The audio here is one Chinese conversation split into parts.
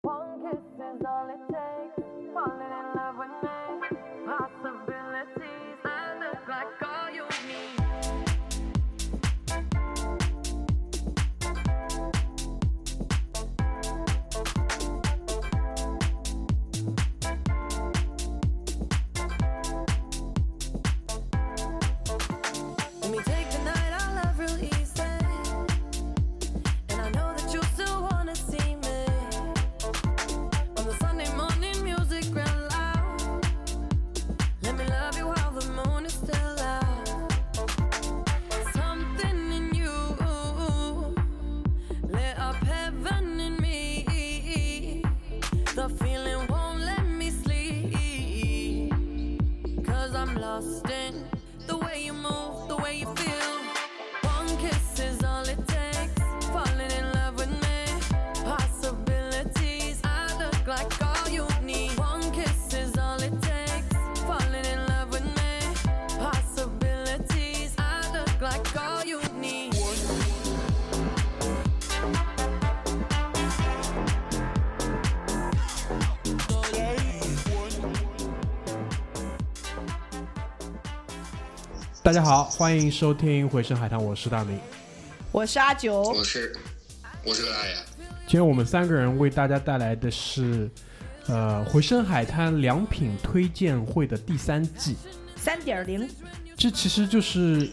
大家好，欢迎收听回声海滩，我是大明， 我是阿九， 我是大爷。 今天我们三个人为大家带来的是回声海滩良品推荐会的第3季 3.0。 这其实就是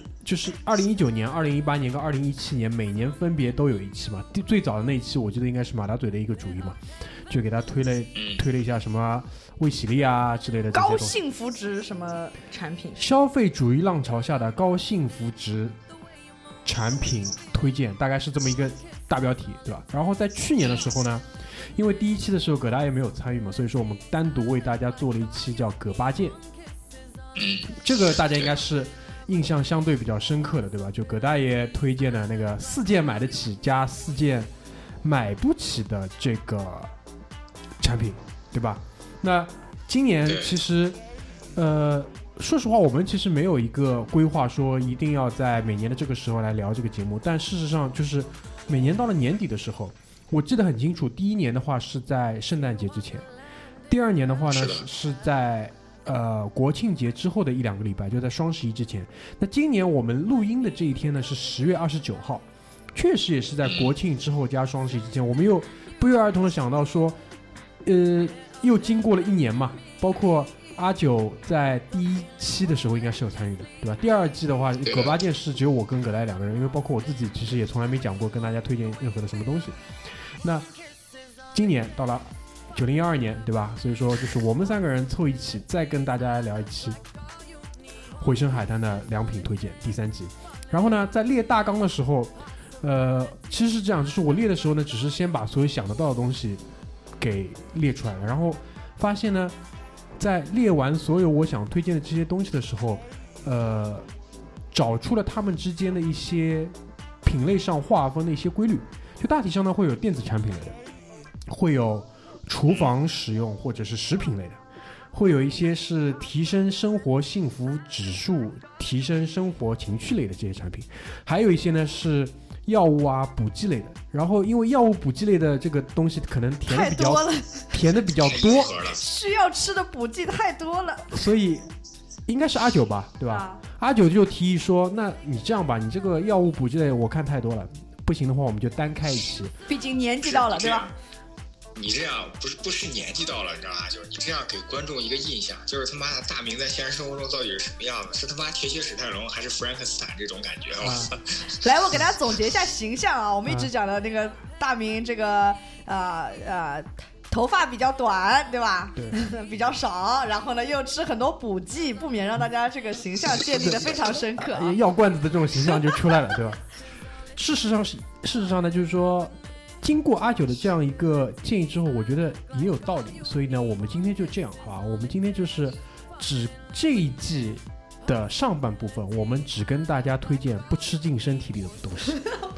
2019年、2018年跟2017年每年分别都有一期嘛。最早的那一期我记得应该是马大嘴的一个主意嘛，就给他推了一下什么卫喜力啊之类的高幸福值什么产品， 消费主义浪潮下的高幸福值产品推荐，大概是这么一个大标题，对吧？然后在去年的时候呢，因为第1期的时候葛大爷没有参与嘛，所以说我们单独为大家做了一期叫葛八件。这个大家应该是印象相对比较深刻的，对吧？就葛大爷推荐的那个4件买得起加4件买不起的这个产品，对吧？那今年其实说实话我们其实没有一个规划说一定要在每年的这个时候来聊这个节目，但事实上就是每年到了年底的时候，我记得很清楚，第1年的话是在圣诞节之前，第2年的话呢是在国庆节之后的1-2个礼拜，就在双11之前。那今年我们录音的这一天呢是10月29号，确实也是在国庆之后加双11之前，我们又不约而同的想到说又经过了1年嘛，包括阿九在第1期的时候应该是有参与的，对吧？第2季的话，葛八件是只有我跟葛大爷2个人，因为包括我自己其实也从来没讲过跟大家推荐任何的什么东西。那今年到了9012年，对吧？所以说就是我们3个人凑一起再跟大家聊一期回声海滩的良品推荐第3季。然后呢，在列大纲的时候其实是这样，就是我列的时候呢只是先把所有想得到的东西给列出来了，然后发现呢在列完所有我想推荐的这些东西的时候找出了他们之间的一些品类上划分的一些规律。就大体上呢会有电子产品类的，会有厨房使用或者是食品类的，会有一些是提升生活幸福指数、提升生活情趣类的这些产品，还有一些呢是药物啊补剂类的。然后因为药物补剂类的这个东西可能甜的比较多， 需要吃的补剂太多了， 所以应该是阿九吧，对吧？阿九就提议说，那你这样吧，你这个药物补剂类我看太多了，不行的话我们就单开一期， 毕竟年纪到了，对吧？ 你这样不是年纪到了，你知道吧？就是你这样给观众一个印象，就是他妈的大明在现实生活中到底是什么样子？是他妈铁血史泰龙还是弗兰肯斯坦这种感觉来，我给大家总结一下形象啊。我们一直讲的那个大明，这个头发比较短，对吧？对，比较少，然后呢又吃很多补剂，不免让大家这个形象建立的非常深刻药罐子的这种形象就出来了，对吧？事实上呢，就是说经过阿九的这样一个建议之后，我觉得也有道理，所以呢我们今天就这样好吧，我们今天就是这一季的上半部分，我们只跟大家推荐不吃进身体里的东西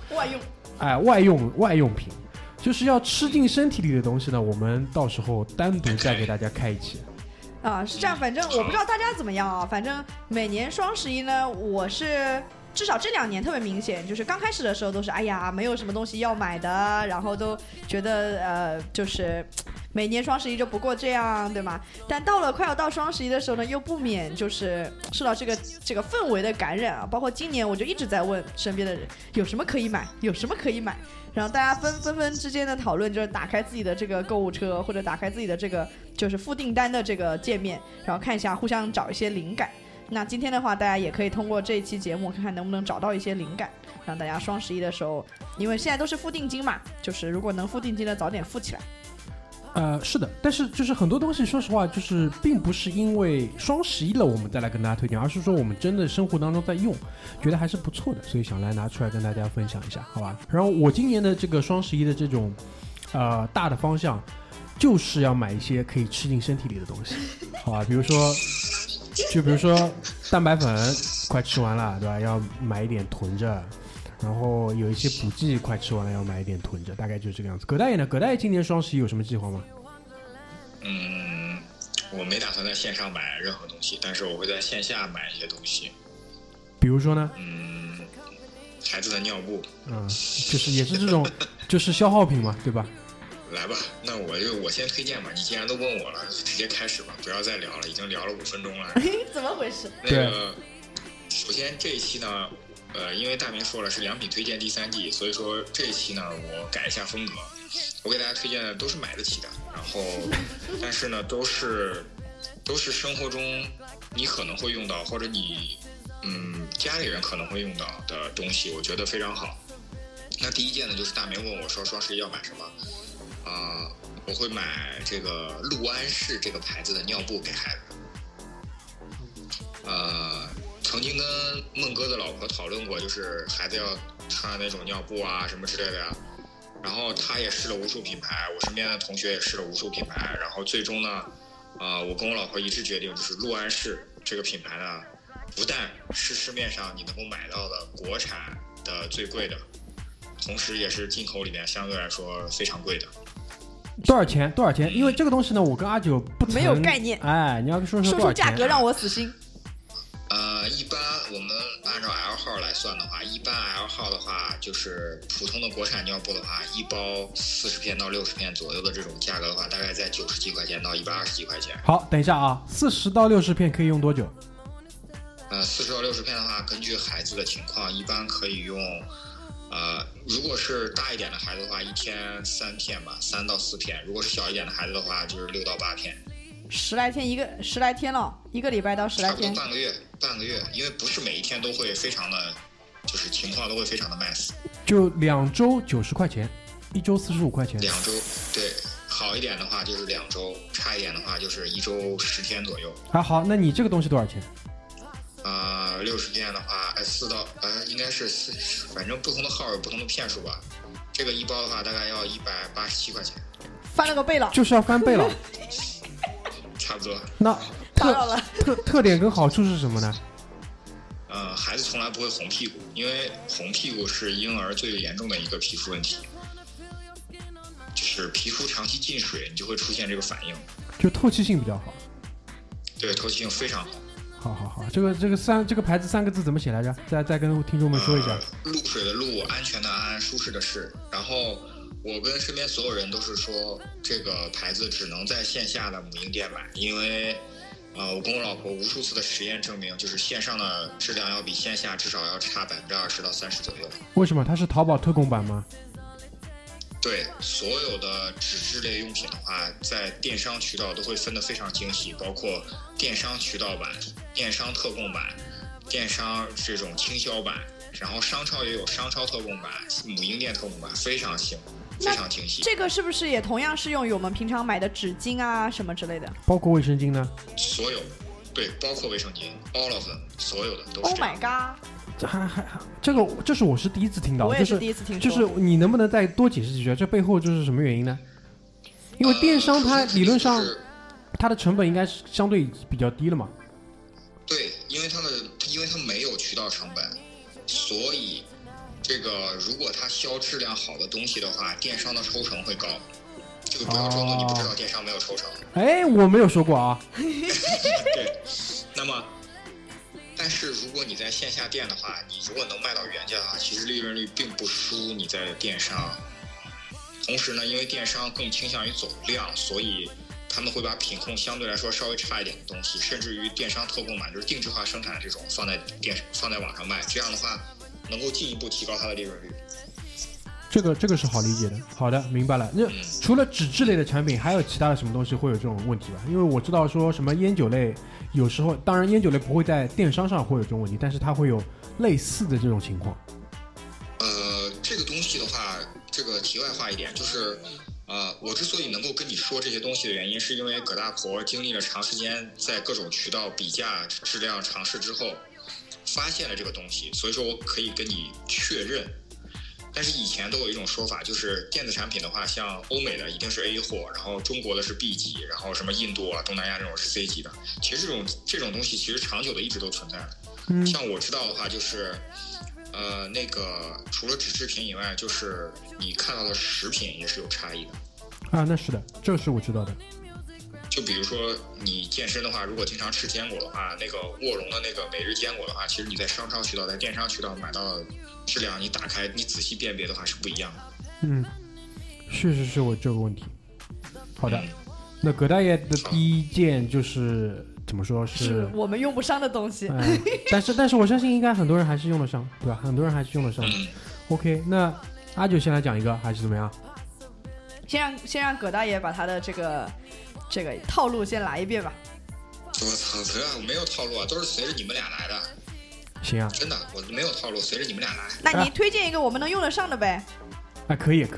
外用品，就是要吃进身体里的东西呢，我们到时候单独再给大家开一期是这样。反正我不知道大家怎么样啊，反正每年双11呢，我是至少这2年特别明显，就是刚开始的时候都是哎呀没有什么东西要买的，然后都觉得就是每年双11就不过这样，对吗？但到了快要到双11的时候呢，又不免就是受到这个氛围的感染啊。包括今年我就一直在问身边的人有什么可以买，有什么可以买，然后大家纷纷之间的讨论就是打开自己的这个购物车，或者打开自己的这个就是付订单的这个界面，然后看一下，互相找一些灵感。那今天的话，大家也可以通过这一期节目看看能不能找到一些灵感，让大家双11的时候，因为现在都是付定金嘛，就是如果能付定金的早点付起来。 是的，但是就是很多东西，说实话，就是并不是因为双11了我们再来跟大家推荐，而是说我们真的生活当中在用，觉得还是不错的，所以想来拿出来跟大家分享一下，好吧？然后我今年的这个双11的这种大的方向，就是要买一些可以吃进身体里的东西，好吧？比如说蛋白粉快吃完了，对吧？要买一点囤着。然后有一些补剂快吃完了，要买一点囤着，大概就是这个样子。葛大爷呢？葛大爷今年双11有什么计划吗？ 我没打算在线上买任何东西，但是我会在线下买一些东西。 比如说呢？ 孩子的尿布。 就是也是这种，就是消耗品嘛，对吧？ 来吧，那我先推荐吧。你既然都问我了，直接开始吧，不要再聊了，已经聊了5分钟了。 怎么回事？ 那个，首先这一期呢。因为大明说了是良品推荐第3季，所以说这一期呢我改一下风格，我给大家推荐的都是买得起的，然后但是呢都是生活中你可能会用到，或者你家里人可能会用到的东西，我觉得非常好。那第一件呢就是大明问我说双11要买什么我会买这个陆安氏这个牌子的尿布给孩子。曾经跟孟哥的老婆讨论过，就是孩子要穿那种尿布啊什么之类的呀，然后他也试了无数品牌，我身边的同学也试了无数品牌，然后最终呢我跟我老婆一致决定，就是陆安氏这个品牌呢不但是市面上你能够买到的国产的最贵的，同时也是进口里面相对来说非常贵的。 多少钱？因为这个东西呢我跟阿九没有概念。 你要说多少钱？ 说出价格让我死心。 一般我们按照 L 号来算的话，一般 L 号的话就是普通的国产尿布的话，一包40片到60片左右的这种价格的话，大概在90几块钱到120几块钱。 好，等一下啊，40到60片可以用多久 ？40到60片的话，根据孩子的情况，一般可以用如果是大一点的孩子的话，1天3片吧，3到4片；如果是小一点的孩子的话，就是6到8片。 10来天了，1个礼拜到10来天， 差不多半个月，因为不是每一天都会非常的，就是情况都会非常的 nice。 就2周90块钱，1周45块钱。 2周，对，好一点的话就是2周，差一点的话就是1周10天左右。 好，那你这个东西多少钱 ？60片的话，4到应该是4，反正不同的号有不同的片数吧。这个一包的话大概要187块钱。 翻了个倍了， 就是要翻倍了。 差不多。 那特点跟好处是什么呢？ 孩子从来不会红屁股，因为红屁股是婴儿最严重的一个皮肤问题，就是皮肤长期进水，你就会出现这个反应。 就透气性比较好。 对，透气性非常好。 好，这个牌子3个字怎么写来着？再跟听众们说一下。 露水的露，安全的安，舒适的适。然后我跟身边所有人都是说，这个牌子只能在线下的母婴店买，因为我跟我老婆无数次的实验证明，就是线上的质量要比线下至少要差20%到30%左右。 为什么？它是淘宝特供版吗？ 对，所有的纸质类用品的话，在电商渠道都会分得非常精细，包括电商渠道版、电商特供版、电商这种倾销版，然后商超也有商超特供版、母婴店特供版，非常精细。 这个是不是也同样适用于我们平常买的纸巾啊什么之类的？ 包括卫生巾呢？ 所有，对，包括卫生巾 ，all of them， 所有的都是这样。 Oh my god！ 这是我是第一次听到， 我也是第一次听说。 就是你能不能再多解释几句？这背后就是什么原因呢？因为电商它理论上它的成本应该是相对比较低了嘛。 对，因为它没有渠道成本，所以这个如果它销质量好的东西的话，电商的抽成会高。这个不要装作你不知道电商没有抽成。 我没有说过啊。 对，那么但是如果你在线下店的话，你如果能卖到原价的话，其实利润率并不输你在电商。同时呢，因为电商更倾向于走量，所以他们会把品控相对来说稍微差一点的东西，甚至于电商特供版，就是定制化生产的这种放在网上卖，这样的话能够进一步提高它的利润率。 这个是好理解的。好的，明白了。那除了纸质类的产品，还有其他的什么东西会有这种问题吧？因为我知道说什么烟酒类，有时候当然烟酒类不会在电商上会有这种问题，但是它会有类似的这种情况。 这个东西的话，这个题外话一点就是。我之所以能够跟你说这些东西的原因，是因为葛大婆经历了长时间在各种渠道比价质量尝试之后，发现了这个东西，所以说我可以跟你确认。但是以前都有一种说法，就是电子产品的话，像欧美的一定是 A 货，然后中国的是 B 级，然后什么印度啊、东南亚这种是 C 级的。其实这种东西其实长久的一直都存在的。像我知道的话，就是那个除了纸制品以外，就是你看到的食品也是有差异的。 啊，那是的，这个是我知道的。 就比如说你健身的话，如果经常吃坚果的话，那个沃蓉的那个每日坚果的话，其实你在商超渠道、在电商渠道买到的质量，你打开你仔细辨别的话是不一样的。 是我这个问题。好的，那葛大爷的第一件就是怎么说是我们用不上的东西。 但是我相信应该很多人还是用得上，对吧？很多人还是用得上。OK， 那阿九先来讲一个还是怎么样？ 先让葛大爷把他的这个套路先来一遍吧。 我操，我没有套路啊，都是随着你们俩来的。 行啊， 真的，我没有套路，随着你们俩来。 那你推荐一个我们能用得上的呗？ 可以。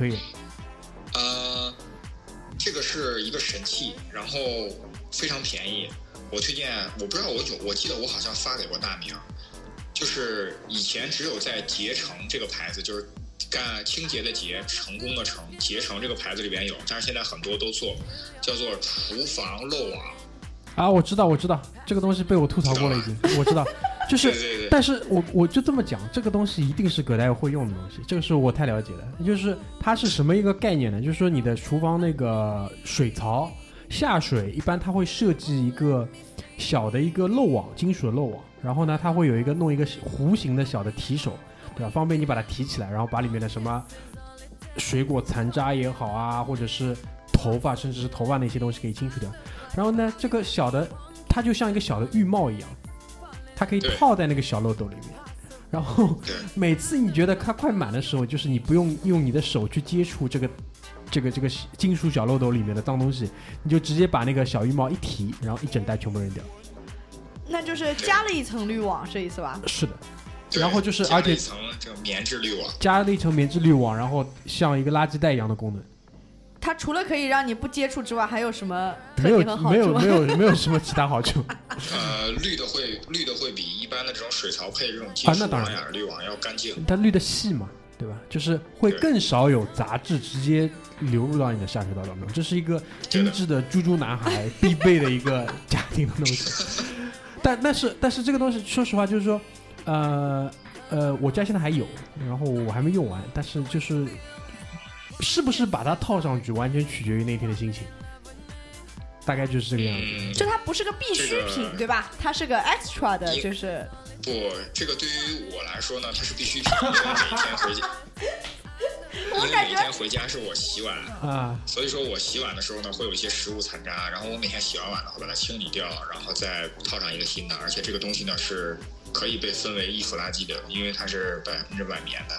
这个是一个神器，然后非常便宜。我推荐，我不知道我记得我好像发给过大明，就是以前只有在捷成这个牌子，就是干清洁的洁，成功的成，捷成这个牌子里边有，但是现在很多都做，叫做厨房漏网。 啊，我知道，这个东西被我吐槽过了已经，我知道，就是， 对， 但是我就这么讲，这个东西一定是葛大爷会用的东西，这个是我太了解了，就是它是什么一个概念呢？就是说你的厨房那个水槽下水，一般它会设计一个小的一个漏网，金属的漏网，然后呢，它会有弄一个弧形的小的提手，对吧？方便你把它提起来，然后把里面的什么水果残渣也好啊，或者是头发，甚至是头发那些东西可以清除掉。然后呢，这个小的它就像一个小的浴帽一样，它可以套在那个小漏斗里面。然后每次你觉得它快满的时候，就是你不用你的手去接触这个金属小漏斗里面的脏东西，你就直接把那个小浴帽一提，然后一整袋全部扔掉。 那就是加了一层滤网，是意思吧？ 是的。然后就是而且一层这个棉质滤网， 加了一层棉质滤网，然后像一个垃圾袋一样的功能。 它除了可以让你不接触之外，还有什么特点和好处？ 没有什么其他好处。 滤的会比一般的这种水槽配这种金属网呀滤网要干净。 它滤的细嘛，对吧？就是会更少有杂质直接流入到你的下水道当中。这是一个精致的猪猪男孩必备的一个家庭的东西。但是这个东西，说实话，就是说，我家现在还有，然后我还没用完，但是是不是把它套上去，完全取决于那天的心情，大概就是这个样子。 就它不是个必需品，对吧？它是个 extra 的，就是不，这个对于我来说呢，它是必需品，因为每天回家，因为每天回家是我洗碗啊，所以说我洗碗的时候呢，会有一些食物残渣，然后我每天洗完碗呢，会把它清理掉，然后再套上一个新的，而且这个东西呢是可以被分为易腐垃圾的，因为它是100%棉的。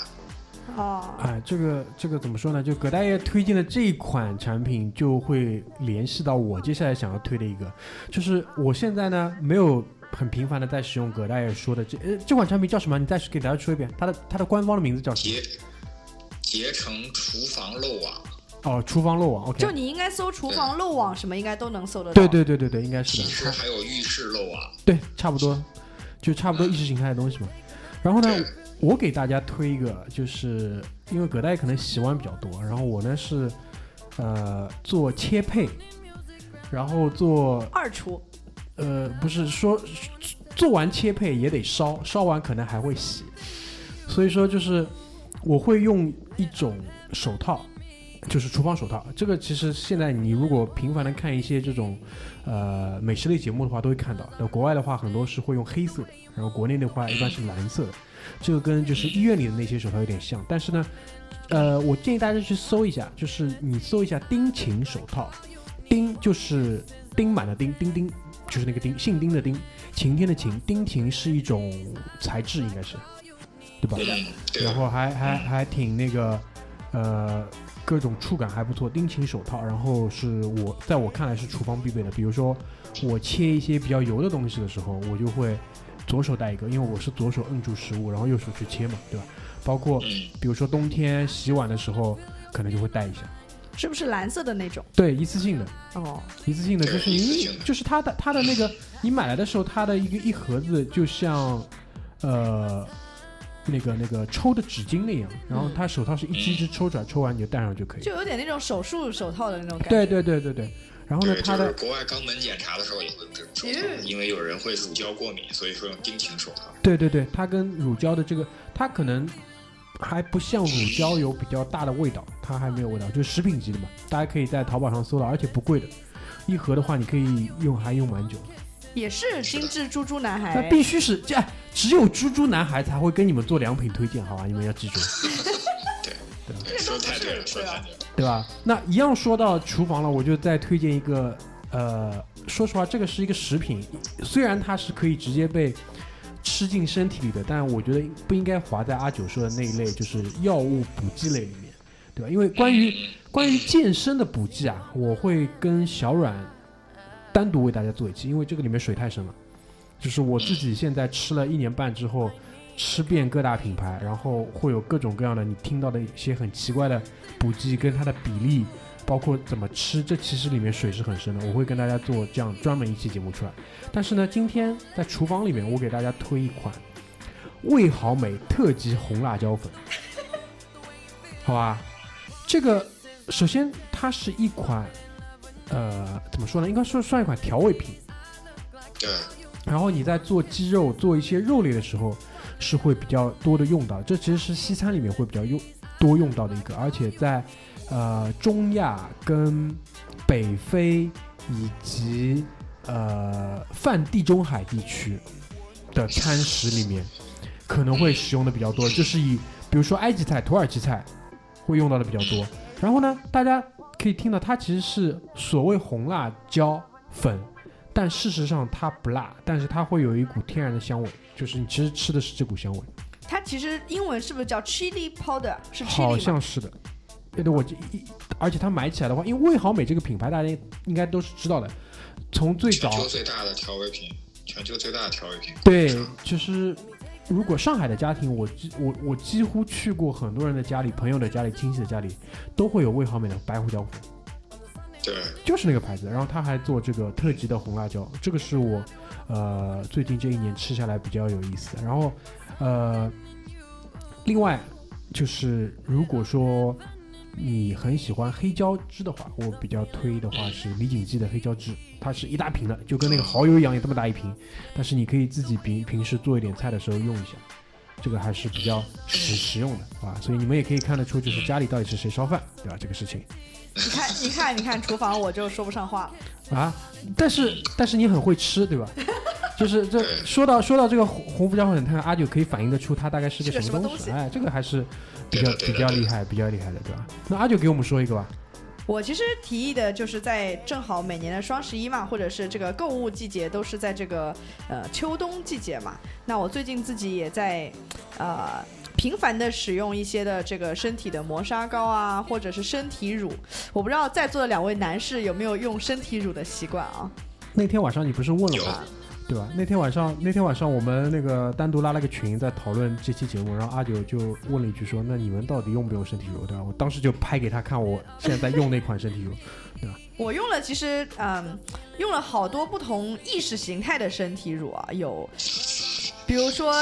这个怎么说呢？就葛大爷推荐的这一款产品，就会联系到我接下来想要推的一个，就是我现在呢没有很频繁的在使用葛大爷说的这款产品叫什么？你再给大家说一遍，它的官方的名字叫什么？ 捷成厨房漏网。 哦，厨房漏网 ，OK。 就你应该搜厨房漏网什么，应该都能搜得到。 对，应该是的。 其实还有浴室漏网。 对，差不多意识形态的东西嘛。然后呢？我给大家推一个，就是因为葛大爷可能洗碗比较多，然后我呢是做切配，然后做二厨， 不是说做完切配也得烧完可能还会洗，所以说就是我会用一种手套， 就是厨房手套，这个其实现在你如果频繁的看一些这种美食类节目的话，都会看到。那国外的话，很多是会用黑色的，然后国内的话一般是蓝色的。这个跟就是医院里的那些手套有点像，但是呢，我建议大家去搜一下，就是你搜一下丁腈手套，丁就是丁满的丁，丁丁就是那个丁，姓丁的丁，晴天的晴，丁腈是一种材质，应该是，对吧？然后还挺那个各种触感还不错，丁腈手套，然后是在我看来是厨房必备的。比如说我切一些比较油的东西的时候，我就会左手带一个，因为我是左手摁住食物，然后右手去切嘛，对吧？包括比如说冬天洗碗的时候，可能就会带一下。 是不是蓝色的那种？ 对，一次性的。 哦， 一次性的就是就是它的那个，你买来的时候，它的一盒子就像那个抽的纸巾那样，然后它手套是一支一支抽出来，抽完你就戴上就可以， 就有点那种手术手套的那种感觉。 对。然后呢，它的国外肛门检查的时候也会用这种手套，因为有人会乳胶过敏，所以说用丁腈手套。 对，它跟乳胶的这个，它可能还不像乳胶有比较大的味道，它还没有味道，就是食品级的嘛，大家可以在淘宝上搜到，而且不贵的，一盒的话你可以还用蛮久。 也是精致猪猪男孩， 那必须是只有猪猪男孩才会跟你们做良品推荐，好吧？你们要记住。 对，说太对了， 对吧？那一样说到厨房了，我就再推荐一个，说实话，这个是一个食品，虽然它是可以直接被吃进身体里的，但我觉得不应该划在阿九说的那一类，就是药物补剂类里面，对吧？因为关于健身的补剂啊，我会跟小阮单独为大家做一期，因为这个里面水太深了。就是我自己现在吃了1年半之后，吃遍各大品牌，然后会有各种各样的你听到的一些很奇怪的补剂跟它的比例，包括怎么吃，这其实里面水是很深的。我会跟大家做这样专门一期节目出来。但是呢，今天在厨房里面，我给大家推一款味好美特级红辣椒粉，好吧？这个首先它是一款怎么说呢？应该算一款调味品。 对。 然后你在做鸡肉、做一些肉类的时候，是会比较多的用到。这其实是西餐里面会比较多用到的一个，而且在中亚跟北非以及泛地中海地区的餐食里面，可能会使用的比较多，就是比如说埃及菜、土耳其菜会用到的比较多。然后呢，大家可以听到它其实是所谓红辣椒粉。但事实上它不辣，但是它会有一股天然的香味，就是你其实吃的是这股香味。 它其实英文是不是叫 chili powder？ 是 chili 吗？ 好像是的。对，而且它买起来的话，因为味好美这个品牌大家应该都是知道的，从最早全球最大的调味品。 对，就是如果上海的家庭，我几乎去过很多人的家里、朋友的家里、亲戚的家里，都会有味好美的白胡椒粉。 对， 就是那个牌子，然后他还做这个特级的红辣椒，这个是我最近这1年吃下来比较有意思的。然后另外就是如果说你很喜欢黑椒汁的话，我比较推的话是李锦记的黑椒汁，它是一大瓶的，就跟那个蚝油一样，也这么大一瓶，但是你可以自己平时做一点菜的时候用一下，这个还是比较实用的啊。所以你们也可以看得出，就是家里到底是谁烧饭，对吧？这个事情。 你看，厨房我就说不上话了啊！但是你很会吃，对吧？就是这说到这个红胡椒粉，看阿九可以反映得出它大概是个什么东西。哎，这个还是比较厉害的，对吧？那阿九给我们说一个吧。 我其实提议的就是在正好每年的双11嘛，或者是这个购物季节都是在这个秋冬季节嘛。那我最近自己也在频繁的使用一些的这个身体的磨砂膏啊，或者是身体乳。我不知道在座的2位男士有没有用身体乳的习惯啊？ 那天晚上你不是问了吗？对吧？那天晚上我们那个单独拉了个群在讨论这期节目，然后阿九就问了一句说：“那你们到底用不用身体乳？”对吧？我当时就拍给他看，我现在在用那款身体乳，对吧？ 我用了，其实用了好多不同意识形态的身体乳啊，有。比如说，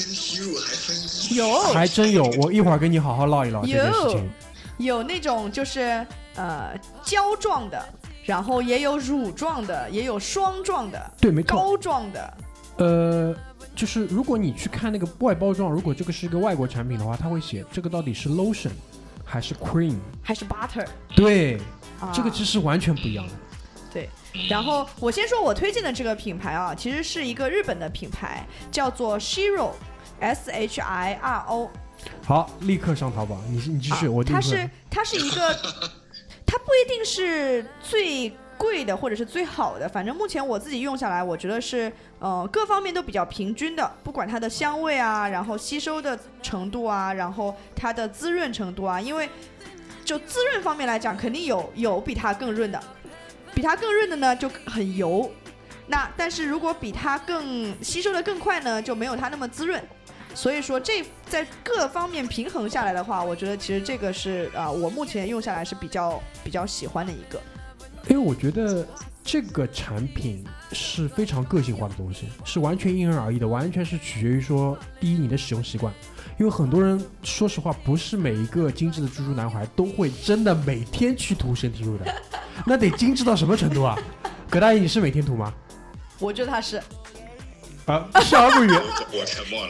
还真有，我一会儿跟你好好唠一唠这件事情。 有那种就是胶状的，然后也有乳状的，也有霜状的， 对，没错， 膏状的。 就是如果你去看那个外包装，如果这个是一个外国产品的话，它会写这个到底是 lotion 还是 cream， 还是 butter？ 对，这个其实完全不一样的。 对，然后我先说我推荐的这个品牌啊，其实是一个日本的品牌，叫做 Shiro SHIRO。 好，立刻上淘宝，你继续，我立刻。 它是一个，它不一定是最贵的或者是最好的，反正目前我自己用下来，我觉得是各方面都比较平均的，不管它的香味啊，然后吸收的程度啊，然后它的滋润程度啊，因为就滋润方面来讲，肯定有比它更润的，比它更润的呢就很油，那但是如果比它更吸收的更快呢，就没有它那么滋润。所以说这在各方面平衡下来的话，我觉得其实这个是我目前用下来是比较喜欢的一个。 因为我觉得这个产品是非常个性化的东西，是完全因人而异的，完全是取决于说第一你的使用习惯。因为很多人说实话，不是每一个精致的猪猪男孩都会真的每天去涂身体乳的，那得精致到什么程度啊？葛大爷，你是每天涂吗？ 我觉得他是。 笑而不语。 我沉默了。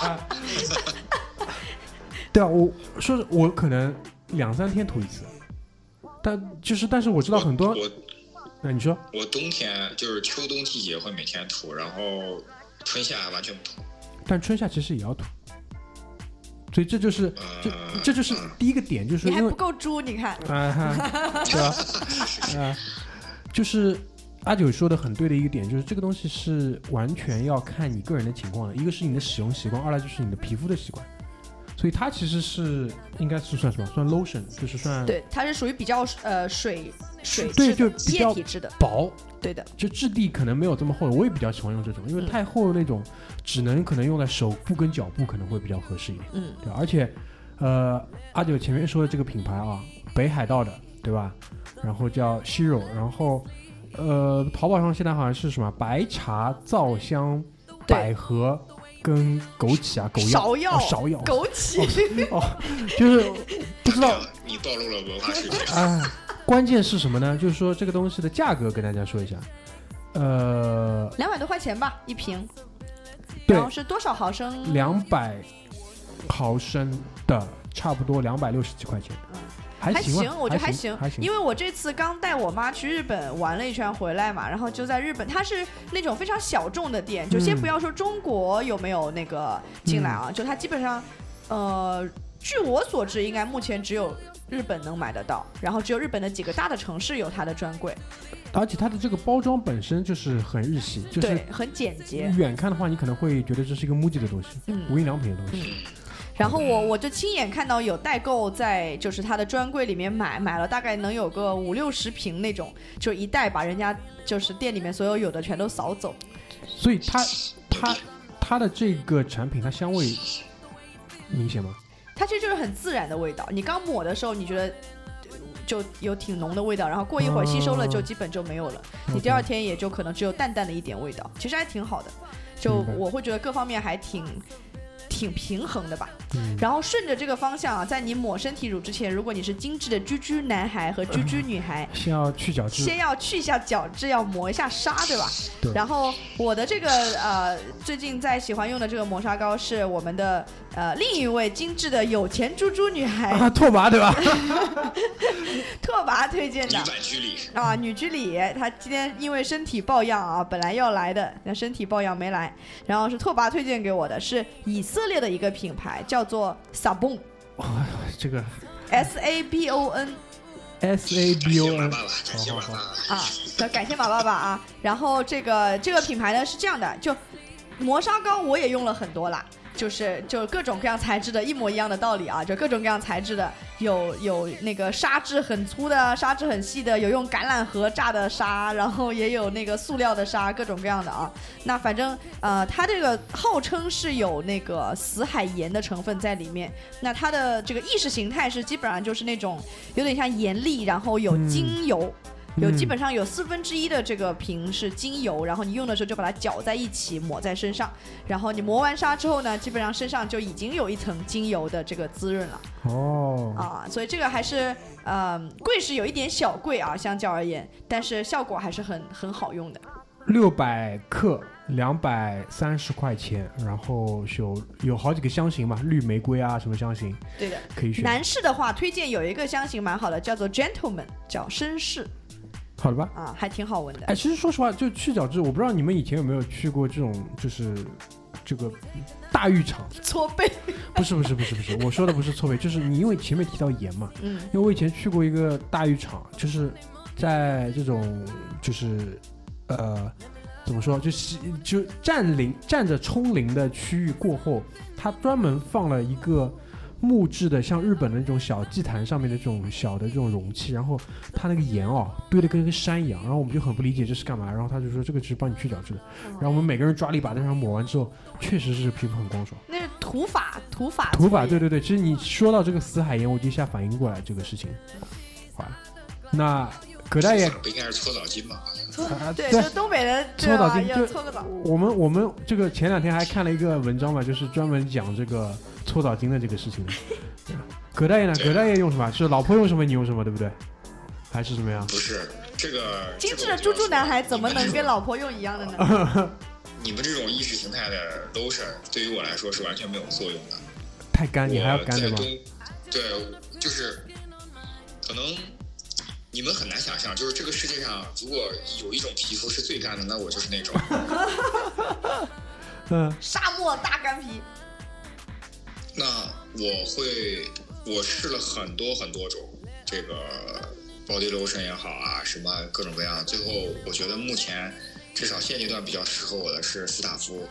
对啊，我可能2-3天涂一次，但是我知道很多。你说。 我冬天就是秋冬季节会每天涂，然后春夏完全不涂。 但春夏其实也要涂，所以这就是第一个点，就是你还不够猪，你看。 对吧？就是阿九说的很对的一个点，就是这个东西是完全要看你个人的情况的，一个是你的使用习惯，二来就是你的皮肤的习惯。所以它其实是应该是算什么？算 lotion， 就是算。 对，它是属于比较水对，就比较液体质的， 薄。 对的， 就质地可能没有这么厚的，我也比较喜欢用这种，因为太厚的那种只能可能用在手部跟脚部可能会比较合适一点。对，而且阿九前面说的这个品牌啊，北海道的，对吧？然后叫 Shiro， 然后。淘宝上现在好像是什么白茶、皂香、百合跟枸杞啊，芍药、芍药、 枸杞就是不知道你暴露了文化水平关键是什么呢？就是说这个东西的价格跟大家说一下 ，200多块钱吧一瓶， 对， 然后是多少毫升 ？200毫升的，差不多260几块钱。还行， 我觉得还行， 还行。 因为我这次刚带我妈去日本玩了一圈回来嘛，然后就在日本，它是那种非常小众的店，就先不要说中国有没有那个进来啊，就它基本上，据我所知，应该目前只有日本能买得到，然后只有日本的几个大的城市有它的专柜。 而且它的这个包装本身就是很日系，就是对，很简洁。 远看的话，你可能会觉得这是一个 MUJI 的东西，无印良品的东西。 然后我就亲眼看到有代购在就是他的专柜里面买了大概能有个50-60瓶那种，就一袋把人家就是店里面所有的全都扫走。 所以它的这个产品，它香味明显吗？ 它其实就是很自然的味道，你刚抹的时候你觉得就有挺浓的味道，然后过一会儿吸收了就基本就没有了，你第二天也就可能只有淡淡的一点味道，其实还挺好的，就我会觉得各方面还挺平衡的吧。然后顺着这个方向啊，在你抹身体乳之前，如果你是精致的居居男孩和居居女孩， 先要去角质， 先要去一下角质，要磨一下砂，对吧？ 对。 然后我的这个最近在喜欢用的这个磨砂膏是我们的另一位精致的有钱猪猪女孩拓跋，对吧？ 拓跋推荐的女居里，她今天因为身体抱恙啊，本来要来的，但身体抱恙没来，然后是拓跋推荐给我的，是以色列的一个品牌，叫做 Sabon， 这个 SABON， 感谢马爸爸啊。然后这个品牌呢是这样的，就磨砂膏我也用了很多啦，就各种各样材质的，一模一样的道理啊，就各种各样材质的，有那个砂质很粗的，砂质很细的，有用橄榄核榨的砂，然后也有那个塑料的砂，各种各样的啊。那反正它这个号称是有那个死海盐的成分在里面，那它的这个意识形态是基本上就是那种有点像盐粒，然后有精油。基本上有1/4的这个瓶是精油，然后你用的时候就把它搅在一起抹在身上，然后你磨完砂之后呢，基本上身上就已经有一层精油的这个滋润了。所以这个还是贵是有一点小贵啊，相较而言，但是效果还是很好用的。 600克 230块钱，然后有好几个香型嘛，绿玫瑰啊什么香型， 对的， 可以选。 男士的话，推荐有一个香型蛮好的，叫做 Gentleman， 叫绅士。 好的吧？ 啊，还挺好闻的。 哎，其实说实话，就去角质，我不知道你们以前有没有去过这种，就是这个大浴场搓背。 不是，我说的不是搓背，就是你因为前面提到盐嘛，因为我以前去过一个大浴场，就是在这种就是怎么说，就站着冲淋的区域过后，它专门放了一个木质的，像日本的那种小祭坛上面的这种小的这种容器，然后它那个盐堆得跟一个山一样，然后我们就很不理解这是干嘛，然后他就说这个是帮你去角质的，然后我们每个人抓了一把在上抹完之后，确实是皮肤很光爽。 那是土法，对， 其实你说到这个死海盐，我就一下反应过来这个事情。好了，那葛大爷不应该是搓澡巾吗？ 对，就东北人搓澡巾就搓个澡。 我们这个前2天还看了一个文章嘛，就是专门讲这个搓澡巾的这个事情的。葛大爷呢？葛大爷用什么？是老婆用什么你用什么，对不对？还是怎么样？ 不是这个精致的猪猪男孩怎么能跟老婆用一样的呢？ 你们这种意识形态的 lotion 对于我来说是完全没有作用的。 太干，你还要干的吗？ 对，就是可能你们很难想象，就是这个世界上如果有一种皮肤是最干的，那我就是那种。 沙漠大干皮。 那我试了很多种这个 body lotion 也好啊，什么各种各样，最后我觉得目前至少现阶段比较适合我的是斯塔夫。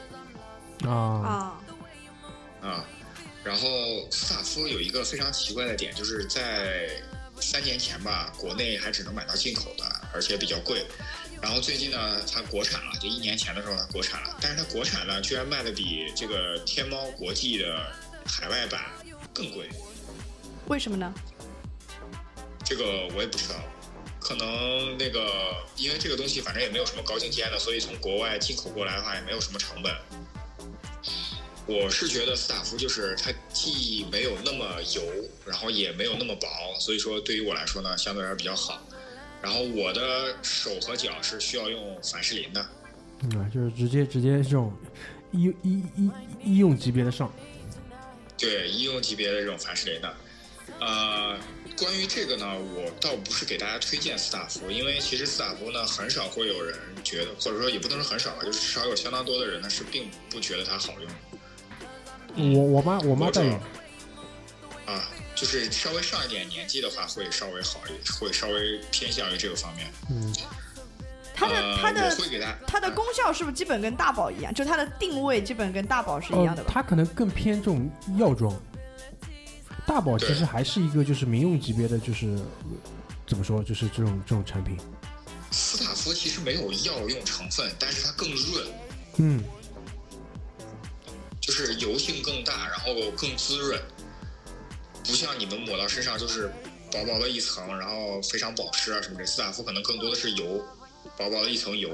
然后斯塔夫有一个非常奇怪的点，就是在3年前吧，国内还只能买到进口的，而且比较贵。然后最近呢，它国产了，就1年前的时候它国产了，但是它国产呢，居然卖的比这个天猫国际的海外版更贵。 为什么呢？ 这个我也不知道，可能那个因为这个东西反正也没有什么高精尖的，所以从国外进口过来的话也没有什么成本。我是觉得斯塔夫就是它既没有那么油，然后也没有那么薄，所以说对于我来说呢，相对来说比较好。然后我的手和脚是需要用凡士林的， 就是直接这种医用级别的上， 对，医用级别的这种凡士林的。关于这个呢，我倒不是给大家推荐斯塔夫，因为其实斯塔夫呢，很少会有人觉得，或者说也不能说很少吧，就是至少有相当多的人呢是并不觉得它好用。 我妈在用。 就是稍微上一点年纪的话，会稍微好一点，会稍微偏向于这个方面。 它的功效是不是基本跟大宝一样？就它的定位基本跟大宝是一样的吧？ 它可能更偏这种药妆。大宝其实还是一个就是民用级别的，就是怎么说，就是这种产品。 斯塔夫其实没有药用成分，但是它更润。就是油性更大，然后更滋润，不像你们抹到身上就是薄薄的一层，然后非常保湿啊什么的。斯塔夫可能更多的是油，薄薄的一层油。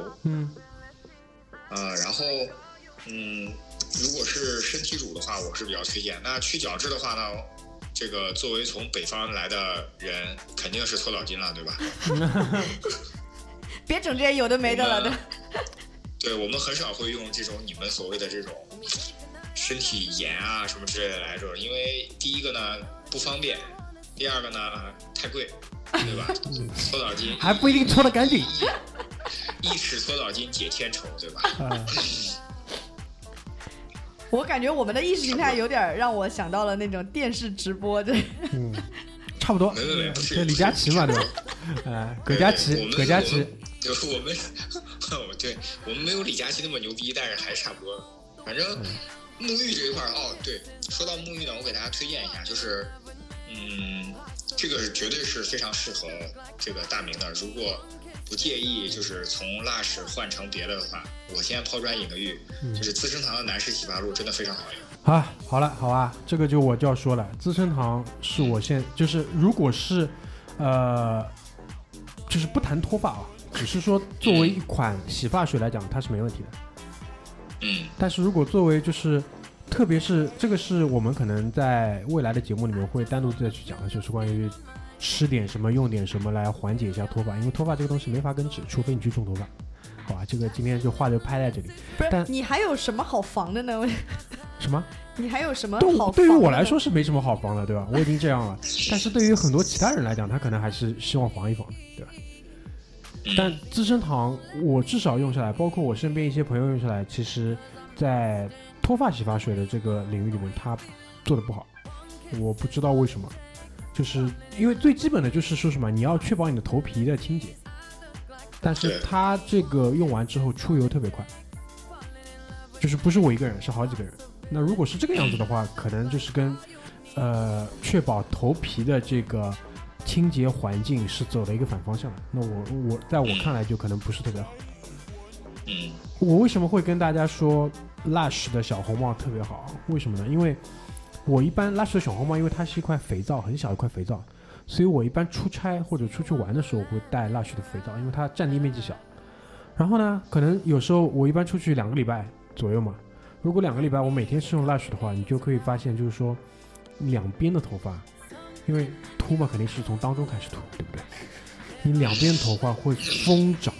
然后如果是身体乳的话，我是比较推荐。那去角质的话呢，这个作为从北方来的人，肯定是搓澡巾了，对吧？ 别整这些有的没的了。 对，我们很少会用这种你们所谓的这种身体盐啊什么之类的来着，因为第一个呢不方便，第二个呢太贵，对吧？搓澡巾还不一定搓得干净， 一尺搓澡巾解千愁，对吧？ 我感觉我们的意识形态有点让我想到了那种电视直播， 差不多。 没，不是李佳琦嘛，对吧？葛佳琦。 我们没有李佳琦那么牛逼，但是还差不多。反正沐浴这一块对，说到沐浴呢，我给大家推荐一下，就是这个绝对是非常适合这个大明的。如果不介意就是从蜡石换成别的的话，我先抛砖引个玉，就是资生堂的男士洗发露真的非常好用。 好了，好啊，这个我就要说了，资生堂是我就是如果是就是不谈脱发只是说作为一款洗发水来讲，它是没问题的。但是如果作为就是特别是这个是我们可能在未来的节目里面会单独再去讲的，就是关于吃点什么用点什么来缓解一下脱发，因为脱发这个东西没法根治，除非你去种头发。 好吧，这个今天就话就拍在这里。 不是， 但你还有什么好防的呢？ 什么？ 你还有什么好防的？ 对于我来说是没什么好防的，对吧？我已经这样了，但是对于很多其他人来讲，他可能还是希望防一防的，对吧？但资生堂我至少用下来，包括我身边一些朋友用下来，其实在脱发洗发水的这个领域里面，他做的不好，我不知道为什么，就是因为最基本的就是说什么，你要确保你的头皮的清洁，但是它这个用完之后出油特别快，就是不是我一个人，是好几个人。那如果是这个样子的话，可能就是跟确保头皮的这个清洁环境是走了一个反方向的。那我在我看来就可能不是特别好。我为什么会跟大家说 Lush 的小红帽特别好？为什么呢？因为我一般 Lush 的小红帽，因为它是一块肥皂，很小一块肥皂，所以我一般出差或者出去玩的时候，我会带 Lush 的肥皂，因为它占地面积小。然后呢，可能有时候我一般出去2个礼拜左右嘛。如果2个礼拜我每天是用 Lush 的话，你就可以发现，就是说两边的头发，因为秃嘛肯定是从当中开始秃，对不对？你两边头发会疯长，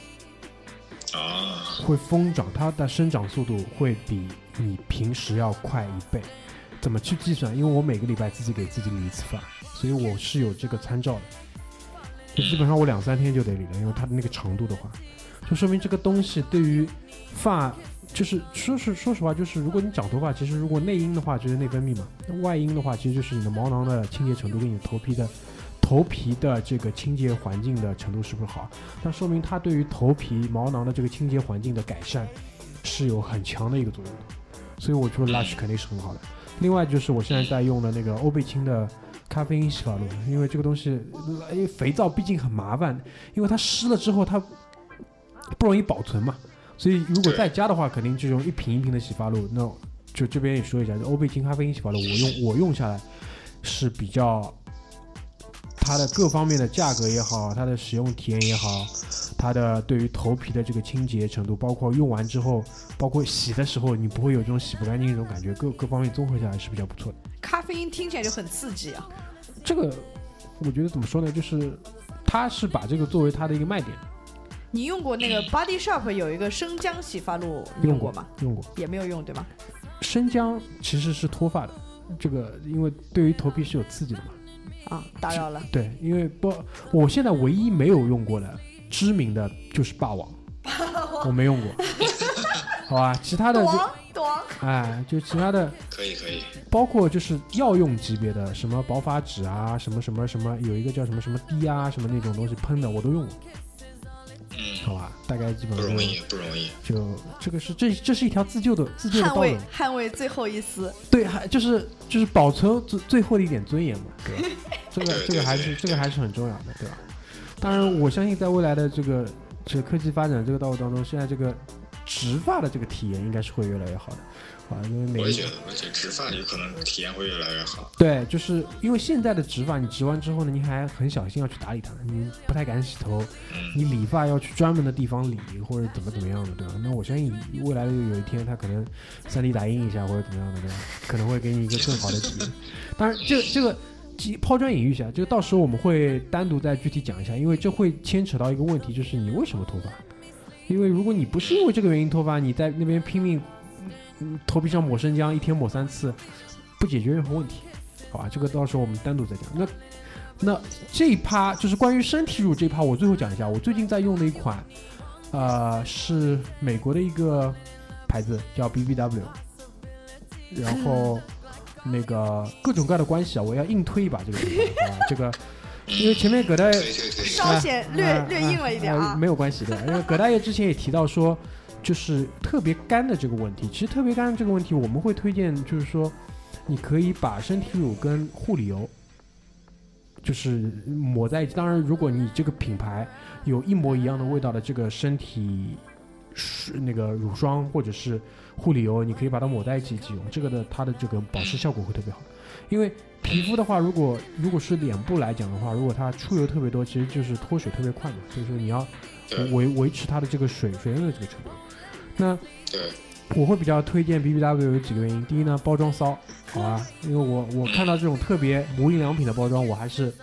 会疯长，它的生长速度会比你平时要快1倍。怎么去计算？因为我每个礼拜自己给自己理一次发，所以我是有这个参照的。就基本上我2-3天就得理了，因为它的那个长度的话，就说明这个东西对于发。就是说实话，就是如果你长头发，其实如果内因的话就是内分泌嘛，外因的话其实就是你的毛囊的清洁程度跟你的头皮的这个清洁环境的程度是不是好，那说明它对于头皮毛囊的这个清洁环境的改善是有很强的一个作用的，所以我觉得 Lush 肯定是很好的。另外就是我现在在用的那个欧贝清的咖啡因洗发露，因为这个东西肥皂毕竟很麻烦，因为它湿了之后它不容易保存嘛，所以如果在家的话，肯定就用一瓶一瓶的洗发露。那就这边也说一下，欧贝清咖啡因洗发露，我用下来是比较，它的各方面的价格也好，它的使用体验也好，它的对于头皮的这个清洁程度，包括用完之后，包括洗的时候，你不会有这种洗不干净这种感觉，各方面综合下来是比较不错的。 咖啡因听起来就很刺激啊。 这个我觉得怎么说呢，就是它是把这个作为它的一个卖点。 你用过那个 Body Shop 有一个生姜洗发露，你用过吗？ 用过， 也没有用对吧？ 生姜其实是脱发的，这个因为对于头皮是有刺激的嘛。 啊，打扰了。 对，因为我现在唯一没有用过的知名的就是霸王，我没用过，好吧？其他的就就其他的可以， 包括就是药用级别的，什么保发脂啊，什么，有一个叫什么滴啊，什么那种东西喷的我都用过。好吧，大概基本上不容易。 就这个是这是一条自救的道路， 捍卫最后一丝。 对，就是保存最后的一点尊严嘛，对吧？这个还是很重要的，对吧？当然，我相信在未来的这个科技发展这个道路当中，现在这个植发的这个体验应该是会越来越好的。 我也觉得植发有可能体验会越来越好。 对，就是因为现在的植发，你植完之后呢，你还很小心要去打理它，你不太敢洗头，你理发要去专门的地方理，或者怎么样的，对吧？那我相信未来的有一天，它可能3D 打印一下或者怎么样的，对吧？可能会给你一个更好的体验。当然，这个抛砖引玉一下，这个到时候我们会单独再具体讲一下，因为这会牵扯到一个问题，就是你为什么脱发？因为如果你不是因为这个原因脱发，你在那边拼命。头皮上抹生姜，1天抹3次，不解决任何问题，好吧？这个到时候我们单独再讲。那这一趴就是关于身体乳这一趴，我最后讲一下。我最近在用的一款，是美国的一个牌子叫 BBW， 然后那个各种各样的关系啊，我要硬推一把这个地方，好吧？这个因为前面葛大爷稍显略硬了一点啊， 没有关系的，因为葛大爷之前也提到说。就是特别干的这个问题，其实特别干的这个问题，我们会推荐，就是说，你可以把身体乳跟护理油，就是抹在一起。当然，如果你这个品牌有一模一样的味道的这个身体那个乳霜或者是护理油，你可以把它抹在一起用，这个的它的这个保湿效果会特别好。因为皮肤的话，如果是脸部来讲的话，如果它出油特别多，其实就是脱水特别快嘛，所以说你要维持它的这个水分的这个程度。那我会比较推荐 BBW 有几个原因。第一呢，包装骚，好吧，因为我看到这种特别无印良品的包装，我还是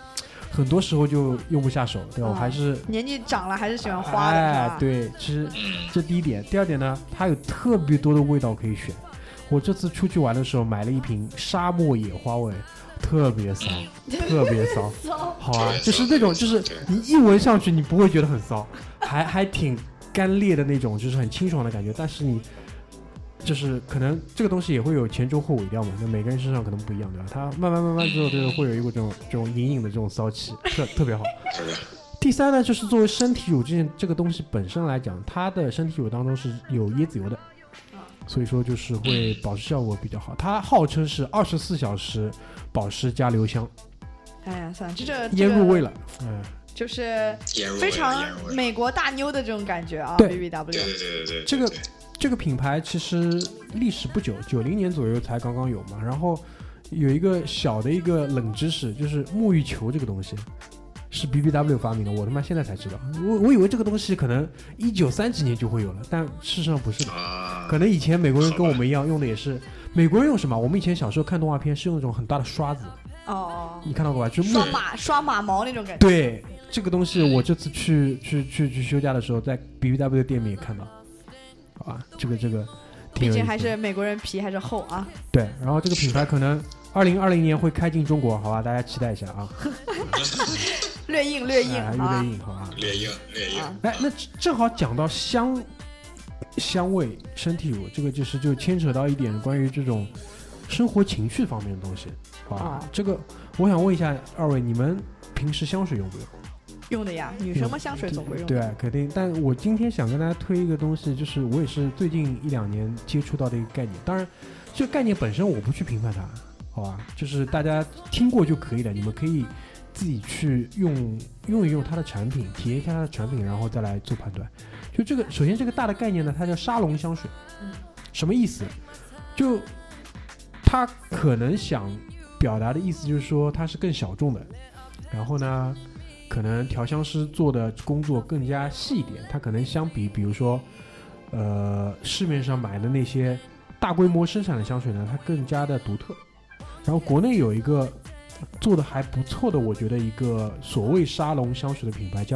很多时候就用不下手，对吧？我还是年纪长了还是喜欢花的， 对，其实这第一点。第二点呢，它有特别多的味道可以选。我这次出去玩的时候买了一瓶沙漠野花味，特别骚，特别骚，好啊，就是那种，就是你一闻上去，你不会觉得很骚，还挺干裂的那种，就是很清爽的感觉。但是你就是可能这个东西也会有前中后尾调嘛，那每个人身上可能不一样，对吧？它慢慢之后，会有一个这种隐隐的这种骚气，特别好。第三呢，就是作为身体乳这个东西本身来讲，它的身体乳当中是有椰子油的。所以说就是会保湿效果比较好，它号称是24小时保湿加留香。 哎呀，算了，这腌入味了， 就是非常美国大妞的这种感觉啊。 对 BBW， 对， 这个品牌其实历史不久，90年左右才刚刚有嘛。然后有一个小的一个冷知识，就是沐浴球这个东西是 BBW 发明的，我他妈现在才知道。我以为这个东西可能1930几年就会有了，但事实上不是的。可能以前美国人跟我们一样用的也是，美国人用什么？我们以前小时候看动画片是用那种很大的刷子。你看到过吧？就刷马毛那种感觉。 对，这个东西我这次去休假的时候，在 BBW 的店面也看到。好吧，这个毕竟还是美国人皮还是厚啊。 对，然后这个品牌可能2020年会开进中国，好吧，大家期待一下啊。 略硬， 好吧， 略硬。 哎，那正好讲到香味身体乳，这个就牵扯到一点关于这种生活情趣方面的东西，好吧？这个我想问一下二位，你们平时香水用不用？ 用的呀，女生嘛，香水总会用。 对啊，肯定。但我今天想跟大家推一个东西，就是我也是最近1-2年接触到的一个概念。当然，这个概念本身我不去评判它，好吧？就是大家听过就可以了，你们可以自己去用一用它的产品，体验一下它的产品，然后再来做判断。就这个，首先这个大的概念呢，它叫沙龙香水。什么意思？就它可能想表达的意思就是说它是更小众的，然后呢，可能调香师做的工作更加细一点，它可能相比如说市面上买的那些大规模生产的香水呢，它更加的独特。然后国内有一个做的还不错的，我觉得一个所谓沙龙香水的品牌叫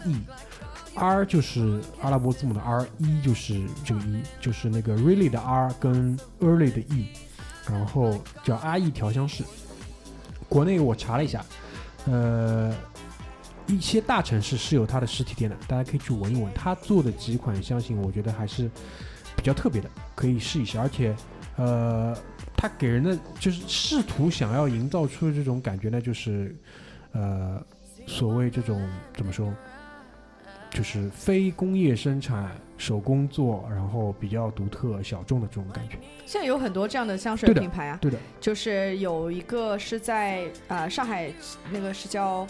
RE，R 就是阿拉伯字母的 R，E 就是这个 E， 就是那个 really 的 R 跟 early 的 E， 然后叫 RE 调香室。国内我查了一下，一些大城市是有它的实体店的，大家可以去闻一闻。他做的几款香型，我觉得还是比较特别的，可以试一下。而且，他给人的就是试图想要营造出的这种感觉呢，就是所谓这种怎么说，就是非工业生产、手工做，然后比较独特、小众的这种感觉。 现在有很多这样的香水品牌啊， 对的， 就是有一个是在上海，那个是叫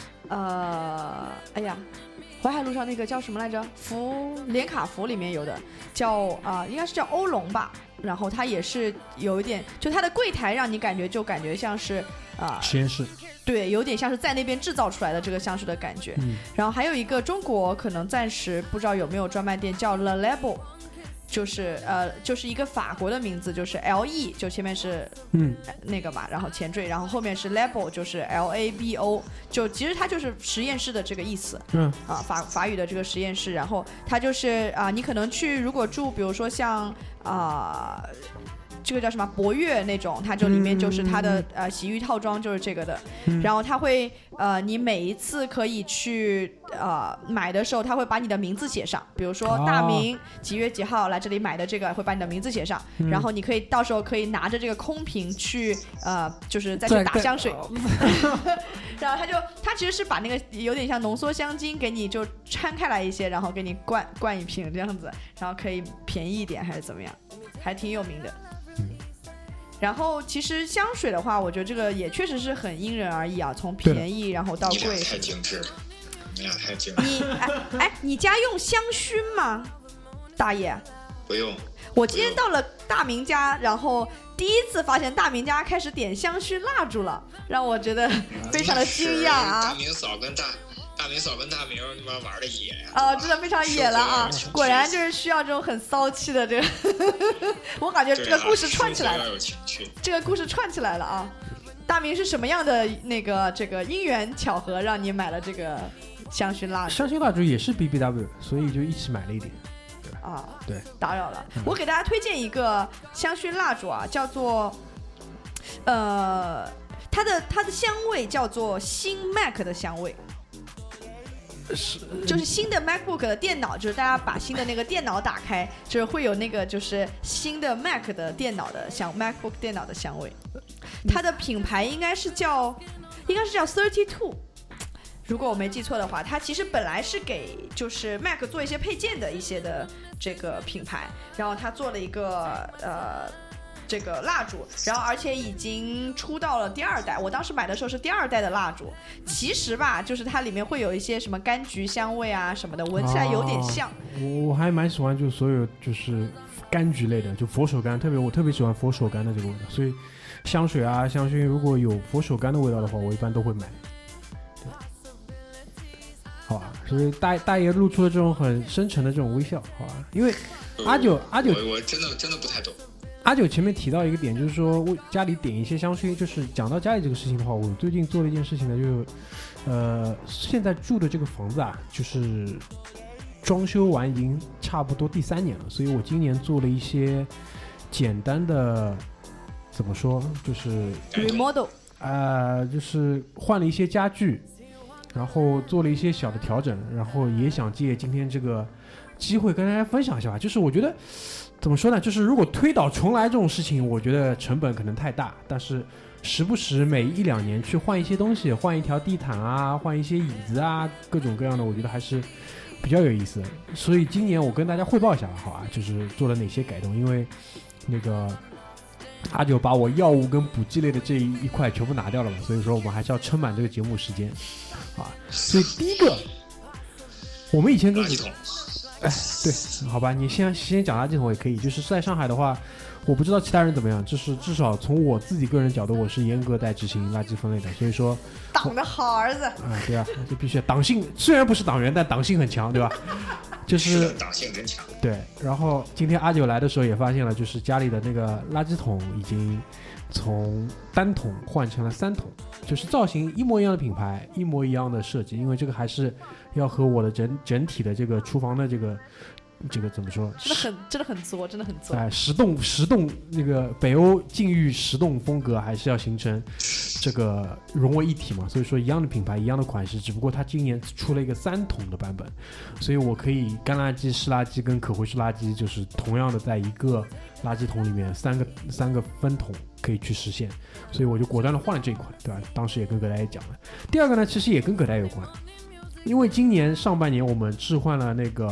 哎呀，淮海路上那个叫什么来着？连卡福里面有的叫应该是叫欧龙吧。然后它也是有一点，就它的柜台让你感觉像是实验室， 对，有点像是在那边制造出来的这个香水的感觉。然后还有一个中国可能暂时不知道有没有专卖店，叫 Le Label， 就是一个法国的名字，就是 LE， 就前面是那个嘛，然后前缀，然后后面是 Label， 就是 LABO， 就其实它就是实验室的这个意思。法语的这个实验室，然后它就是你可能去如果住，比如说像这个叫什么博悦那种，它就里面就是它的洗浴套装就是这个的。然后它会你每一次可以去买的时候，它会把你的名字写上，比如说大明几月几号来这里买的这个，会把你的名字写上。然后你可以到时候可以拿着这个空瓶去就是再去打香水。然后它其实是把那个有点像浓缩香精给你就掺开来一些，然后给你灌一瓶这样子，然后可以便宜一点还是怎么样，还挺有名的。然后其实香水的话，我觉得这个也确实是很因人而异啊，从便宜然后到贵。 你俩太精致了，你俩太精致了。你家用香薰吗，大爷？ 不用。 我今天到了大明家，然后第一次发现大明家开始点香薰蜡烛了，让我觉得非常的惊讶啊！ 大明嫂跟大明你妈玩的野呀！ 真的非常野了啊！果然就是需要这种很骚气的这个，我感觉这个故事串起来了。这个故事串起来了啊！ 大明是什么样的这个因缘巧合让你买了这个香薰蜡烛？ 香薰蜡烛也是 BBW， 所以就一起买了一点。对， 打扰了。我给大家推荐一个香薰蜡烛啊，叫做它的香味叫做新 Mac 的香味。就是新的 MacBook 的电脑，就是大家把新的那个电脑打开，就是会有那个就是新的 Mac 的电脑的MacBook 电脑的香味。它的品牌应该是叫 32， 如果我没记错的话，它其实本来是给就是 Mac 做一些配件的一些的这个品牌，然后它做了一个这个蜡烛，然后而且已经出到了第2代。我当时买的时候是第2代的蜡烛，其实吧，就是它里面会有一些什么柑橘香味啊什么的，闻起来有点像。 我还蛮喜欢，就所有就是柑橘类的，就佛手柑，我特别喜欢佛手柑的这个味道，所以香水啊香薰如果有佛手柑的味道的话，我一般都会买。好吧，所以大爷露出了这种很深沉的这种微笑，好吧，因为阿九， 我真的不太懂。 阿九前面提到一个点，就是说我家里点一些香薰，就是讲到家里这个事情的话，我最近做了一件事情呢，就是现在住的这个房子啊，就是装修完已经差不多第3年了，所以我今年做了一些简单的怎么说，就是 remodel， 就是换了一些家具，然后做了一些小的调整，然后也想借今天这个机会跟大家分享一下吧。就是我觉得怎么说呢，就是如果推倒重来这种事情，我觉得成本可能太大，但是时不时每1-2年去换一些东西，换一条地毯啊，换一些椅子啊，各种各样的，我觉得还是比较有意思的。所以今年我跟大家汇报一下好啊，就是做了哪些改动。因为那个阿九把我药物跟补剂类的这一块全部拿掉了嘛，所以说我们还是要撑满这个节目时间啊。所以第一个，我们以前跟对，好吧，你先讲垃圾桶也可以。就是在上海的话，我不知道其他人怎么样，就是至少从我自己个人角度，我是严格在执行垃圾分类的。所以说， 党的好儿子对啊，就必须党性，虽然不是党员，但党性很强，对吧？就是党性真强。 对，然后今天阿九来的时候也发现了，就是家里的那个垃圾桶已经从单桶换成了3桶，就是造型一模一样的品牌，一模一样的设计，因为这个还是要和我的整体的这个厨房的这个怎么说？ 真的很作，真的很作。 石洞那个北欧禁欲石洞风格还是要形成这个融为一体嘛。所以说一样的品牌，一样的款式，只不过它今年出了一个3桶的版本，所以我可以干垃圾、湿垃圾跟可回收垃圾，就是同样的在一个垃圾桶里面三个分桶可以去实现，所以我就果断的换了这一款，对吧？当时也跟葛大爷讲了。第二个呢，其实也跟葛大爷有关，因为今年上半年我们置换了那个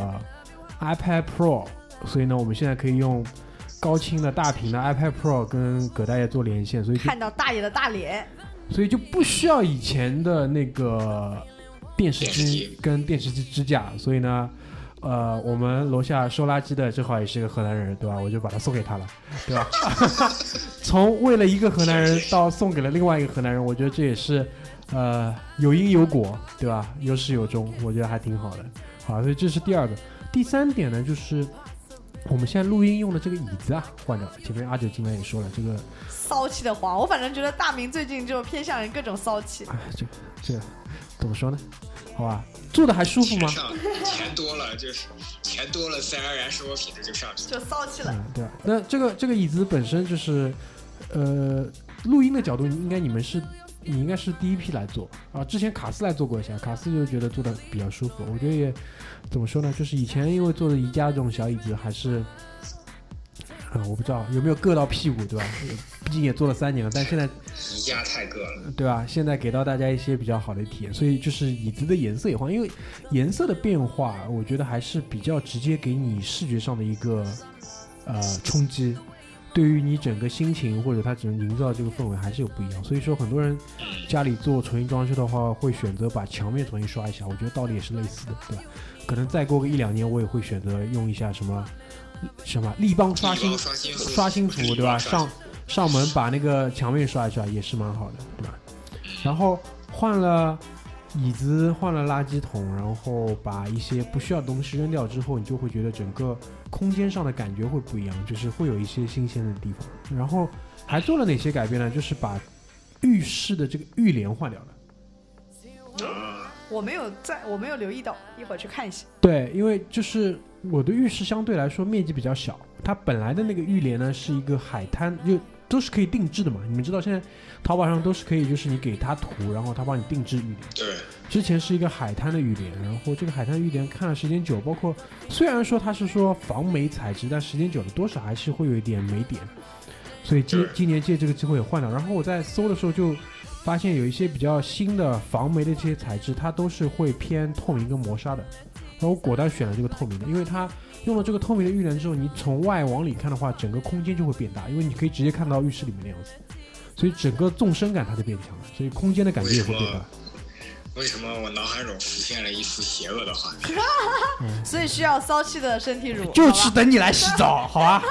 iPad Pro， 所以呢，我们现在可以用高清的大屏的 iPad Pro 跟葛大爷做连线，所以看到大爷的大脸， 所以就不需要以前的那个电视机跟电视机支架，所以呢。我们楼下收垃圾的正好也是一个河南人，对吧？我就把它送给他了，对吧？从为了一个河南人到送给了另外一个河南人，我觉得这也是有因有果，对吧？有始有终，我觉得还挺好的。好，所以这是第二个。第3点呢，就是我们现在录音用的这个椅子啊换掉了。前面阿九今天也说了，这个骚气的慌，我反正觉得大明最近就偏向于各种骚气。 这怎么说呢？好吧，坐的还舒服吗？ 钱多了，自然而然生活品质就上去了， 就骚气了。 对啊，那这个椅子本身就是，录音的角度，你应该是第一批来做啊。之前卡斯来做过一下，卡斯就觉得做的比较舒服。我觉得也怎么说呢，就是以前因为做的宜家这种小椅子还是。我不知道有没有硌到屁股，对吧？毕竟也做了3年了，但现在宜家太硌了， 对吧？现在给到大家一些比较好的体验，所以就是椅子的颜色也换，因为颜色的变化，我觉得还是比较直接给你视觉上的一个冲击，对于你整个心情或者它只能营造这个氛围还是有不一样。所以说很多人家里做重新装修的话，会选择把墙面重新刷一下，我觉得道理也是类似的，对吧？可能再过个1-2年，我也会选择用一下什么立邦刷新服，对吧？上门把那个墙面刷一刷也是蛮好的，对吧？然后换了椅子，换了垃圾桶，然后把一些不需要的东西扔掉之后，你就会觉得整个空间上的感觉会不一样，就是会有一些新鲜的地方。然后还做了哪些改变呢？就是把浴室的这个浴帘换掉的。 我没有留意到，一会儿去看一下。 对，因为就是我的浴室相对来说面积比较小，它本来的那个浴帘呢是一个海滩，就都是可以定制的嘛。你们知道现在淘宝上都是可以，就是你给它图，然后它帮你定制浴帘。 对， 之前是一个海滩的浴帘，然后这个海滩浴帘看了时间久，包括虽然说它是说防霉材质，但时间久了多少还是会有一点霉点，所以今年借这个机会也换掉。然后我在搜的时候就发现有一些比较新的防霉的这些材质，它都是会偏透明跟磨砂的。然后我果断选了这个透明的，因为它用了这个透明的浴帘之后，你从外往里看的话，整个空间就会变大，因为你可以直接看到浴室里面的样子，所以整个纵深感它就变强了，所以空间的感觉也会变大。 为什么我脑海中浮现了一幅邪恶的画面？ 所以需要骚气的身体乳， 就是等你来洗澡，好吧？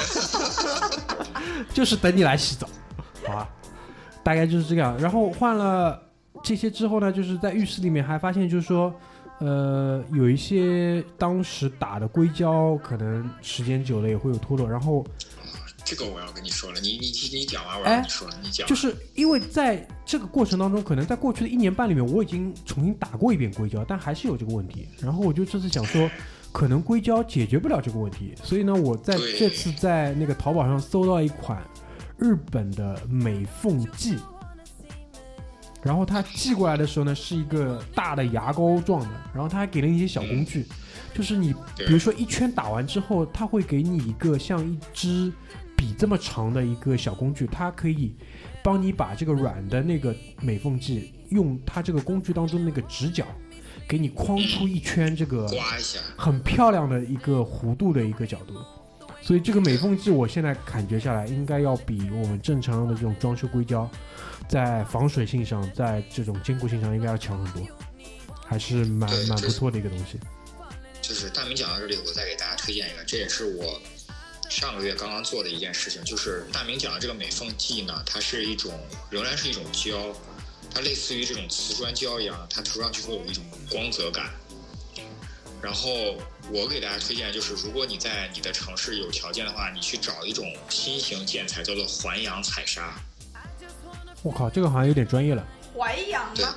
就是等你来洗澡，好吧？大概就是这样。然后换了这些之后呢，就是在浴室里面还发现，就是说，有一些当时打的硅胶，可能时间久了也会有脱落。然后， 这个我要跟你说了，你讲完我要跟你说了，你讲。 就是因为在这个过程当中，可能在过去的1年半里面，我已经重新打过一遍硅胶，但还是有这个问题。然后我就这次想说，可能硅胶解决不了这个问题，所以呢，我在这次在那个淘宝上搜到一款日本的美缝剂，然后它寄过来的时候呢，是一个大的牙膏状的，然后它还给了你一些小工具，就是你比如说一圈打完之后，它会给你一个像一支笔这么长的一个小工具，它可以帮你把这个软的那个美缝剂用它这个工具当中那个直角给你框出一圈这个很漂亮的一个弧度的一个角度。所以这个美缝剂我现在感觉下来应该要比我们正常的这种装修硅胶在防水性上，在这种坚固性上应该要强很多，还是蛮不错的一个东西。 就是大明讲到这里，我再给大家推荐一个，这也是我上个月刚刚做的一件事情，就是大明讲的这个美缝剂呢，它是仍然是一种胶，它类似于这种瓷砖胶一样，它涂上去会有一种光泽感。然后我给大家推荐就是，如果你在你的城市有条件的话，你去找一种新型建材叫做环氧彩砂。 我靠，这个好像有点专业了。 环氧吗？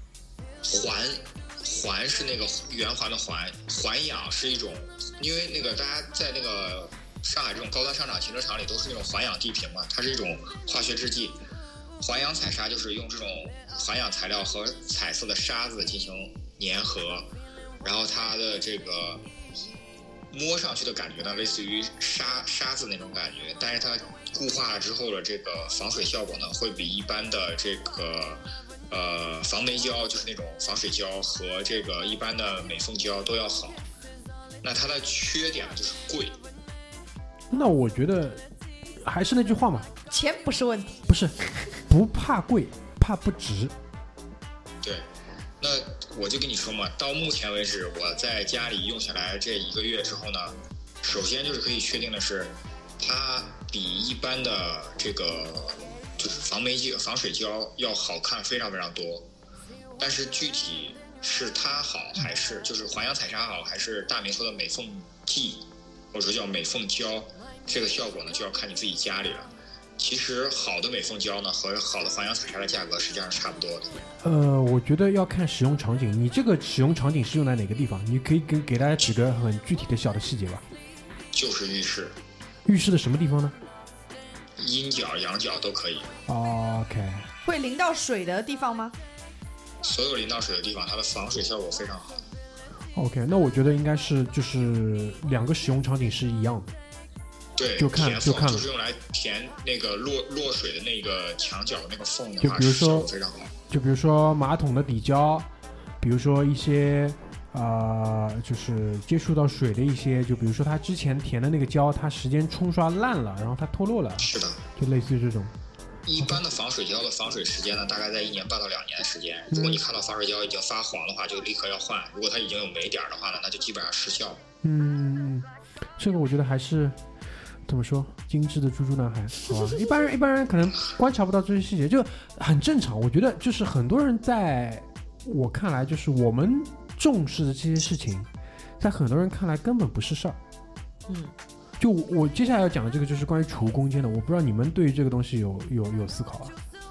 环是那个圆环的环，环氧是一种，因为那个大家在那个上海这种高端商场、停车场里都是那种环氧地坪嘛，它是一种化学制剂。环氧彩砂就是用这种环氧材料和彩色的沙子进行粘合，然后它的这个摸上去的感觉呢，类似于沙子那种感觉，但是它固化了之后的这个防水效果呢，会比一般的这个防霉胶，就是那种防水胶和这个一般的美缝胶都要好。那它的缺点呢就是贵。 那我觉得还是那句话嘛， 钱不是问题， 不是不怕贵，怕不值。 对，那我就跟你说嘛，到目前为止，我在家里用下来这1个月之后呢，首先就是可以确定的是，它比一般的这个就是防水胶要好看非常非常多。但是具体是它好还是就是环氧彩砂好，还是大明说的美缝剂或者说叫美缝胶，这个效果呢就要看你自己家里了。其实好的美缝胶呢和好的环氧彩砂的价格实际上是差不多的。 我觉得要看使用场景，你这个使用场景是用在哪个地方？你可以给大家举个很具体的小的细节吧。 就是浴室。 浴室的什么地方呢？ 阴角、阳角都可以。 OK。 会淋到水的地方吗？ 所有淋到水的地方，它的防水效果非常好。 OK， 那我觉得应该是就是2个使用场景是一样的。 对， 就看就是用来填那个落水的那个墙角那个缝的话，效果非常好。 就比如说马桶的底胶，比如说一些就是接触到水的一些，就比如说它之前填的那个胶，它时间冲刷烂了，然后它脱落了。 是的， 就类似于这种。 一般的防水胶的防水时间呢，大概在1年半到2年的时间。如果你看到防水胶已经发黄的话，就立刻要换；如果它已经有霉点的话呢，那就基本上失效了。 这个我觉得还是怎么说，精致的猪猪男孩，好吧？一般人可能观察不到这些细节，就很正常。我觉得就是很多人在我看来，就是我们重视的这些事情，在很多人看来根本不是事儿。就我接下来要讲的这个就是关于储物空间的，我不知道你们对于这个东西有思考啊？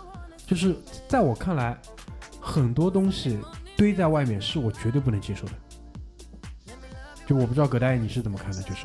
就是在我看来，很多东西堆在外面是我绝对不能接受的。就我不知道葛大爷你是怎么看的，就是。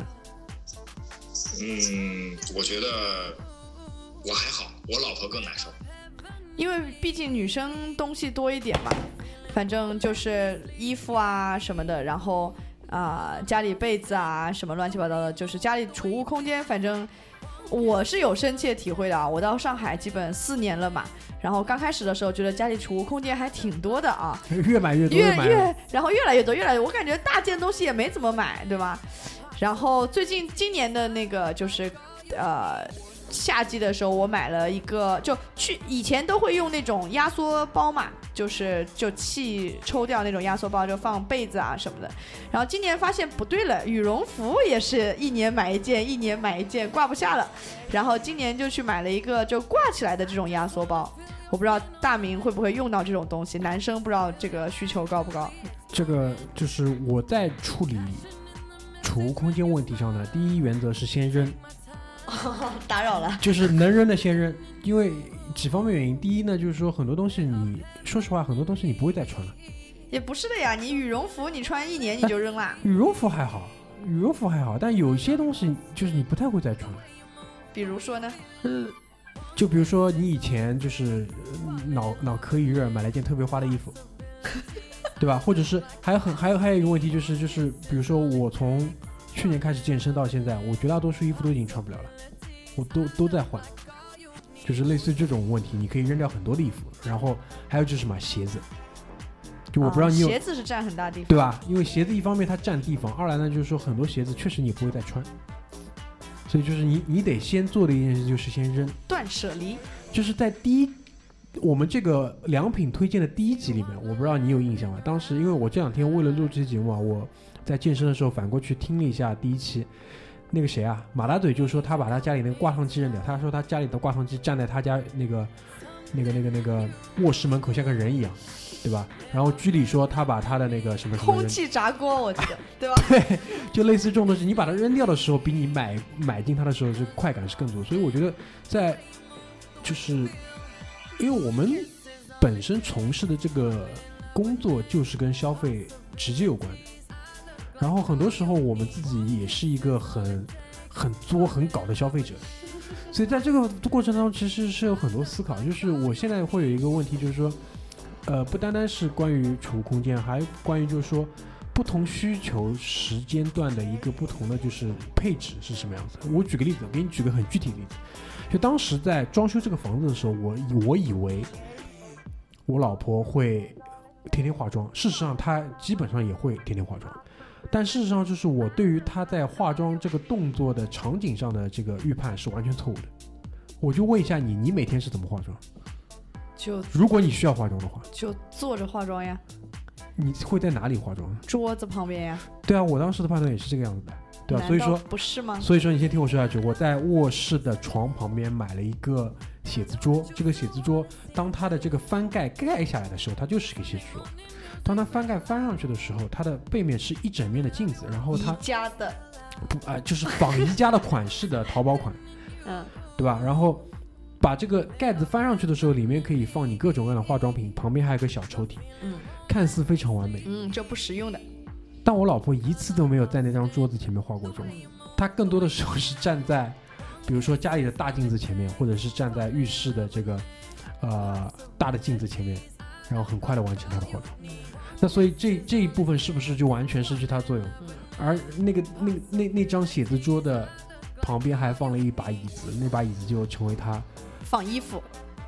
我觉得我还好，我老婆更难受。 因为毕竟女生东西多一点嘛，反正就是衣服啊什么的，然后家里被子啊什么乱七八糟的，就是家里储物空间，反正我是有深切体会的啊。我到上海基本4年了嘛，然后刚开始的时候觉得家里储物空间还挺多的啊， 越买越多， 然后越来越多，我感觉大件东西也没怎么买，对吧？然后今年的那个就是夏季的时候，我买了一个，以前都会用那种压缩包嘛，就气抽掉那种压缩包，就放被子啊什么的。然后今年发现不对了，羽绒服也是1年买一件，1年买一件，挂不下了。然后今年就去买了一个就挂起来的这种压缩包。我不知道大明会不会用到这种东西，男生不知道这个需求高不高。 这个就是我在处理储物空间问题上的第一原则是先扔。 打扰了， 就是能扔的先扔，因为几方面原因。第一呢，就是说很多东西你说实话，很多东西你不会再穿了。 也不是的呀，你羽绒服你穿1年你就扔啦。 羽绒服还好，但有些东西就是你不太会再穿了。 比如说呢？ 就比如说你以前就是脑壳一热买了一件特别花的衣服，对吧？或者是还有一个问题就是比如说我从去年开始健身到现在，我绝大多数衣服都已经穿不了了，我都在换，就是类似于这种问题，你可以扔掉很多的衣服。然后还有就是什么鞋子，就我不知道你有鞋子是占很大地方， 对吧？因为鞋子一方面它占地方，二来呢就是说很多鞋子确实你不会再穿，所以就是你得先做的一件事就是先扔， 断舍离。 就是在我们这个良品推荐的第1集里面，我不知道你有印象吗？当时因为我这2天为了录这期节目啊，我在健身的时候反过去听了一下第1期，那个谁啊，马大嘴就说他把他家里那个挂烫机扔掉，他说他家里的挂烫机站在他家那个卧室门口像个人一样，对吧？然后居里说他把他的那个什么空气炸锅，我记得对吧？ 对，就类似这种东西，你把它扔掉的时候，比你买进它的时候，这快感是更多。所以我觉得就是因为我们本身从事的这个工作就是跟消费直接有关的。然后很多时候我们自己也是一个很作很搞的消费者，所以在这个过程当中其实是有很多思考。就是我现在会有一个问题，就是说不单单是关于储物空间，还关于就是说不同需求时间段的一个不同的就是配置是什么样子。我举个例子，我给你举个很具体的例子，就当时在装修这个房子的时候，我以为我老婆会天天化妆，事实上她基本上也会天天化妆，但事实上就是我对于她在化妆这个动作的场景上的这个预判是完全错误的。我就问一下你每天是怎么化妆？如果你需要化妆的话， 就坐着化妆呀。 你会在哪里化妆？ 桌子旁边呀。 对啊，我当时的判断也是这个样子的，对啊，所以说不是吗？ 所以说你先听我说下去。我在卧室的床旁边买了一个写字桌，这个写字桌当它的这个翻盖盖下来的时候，它就是一个写字桌。当它翻盖翻上去的时候，它的背面是一整面的镜子，然后它宜家的就是仿宜家的款式的淘宝款，对吧？然后把这个盖子翻上去的时候，里面可以放你各种各样的化妆品，旁边还有一个小抽屉，看似非常完美， 这不实用的。 但我老婆一次都没有在那张桌子前面化过妆，她更多的时候是站在比如说家里的大镜子前面，或者是站在浴室的这个大的镜子前面，然后很快的完成她的化妆。那所以这一部分是不是就完全失去它作用？而那张写字桌的旁边还放了一把椅子，那把椅子就成为他放衣服、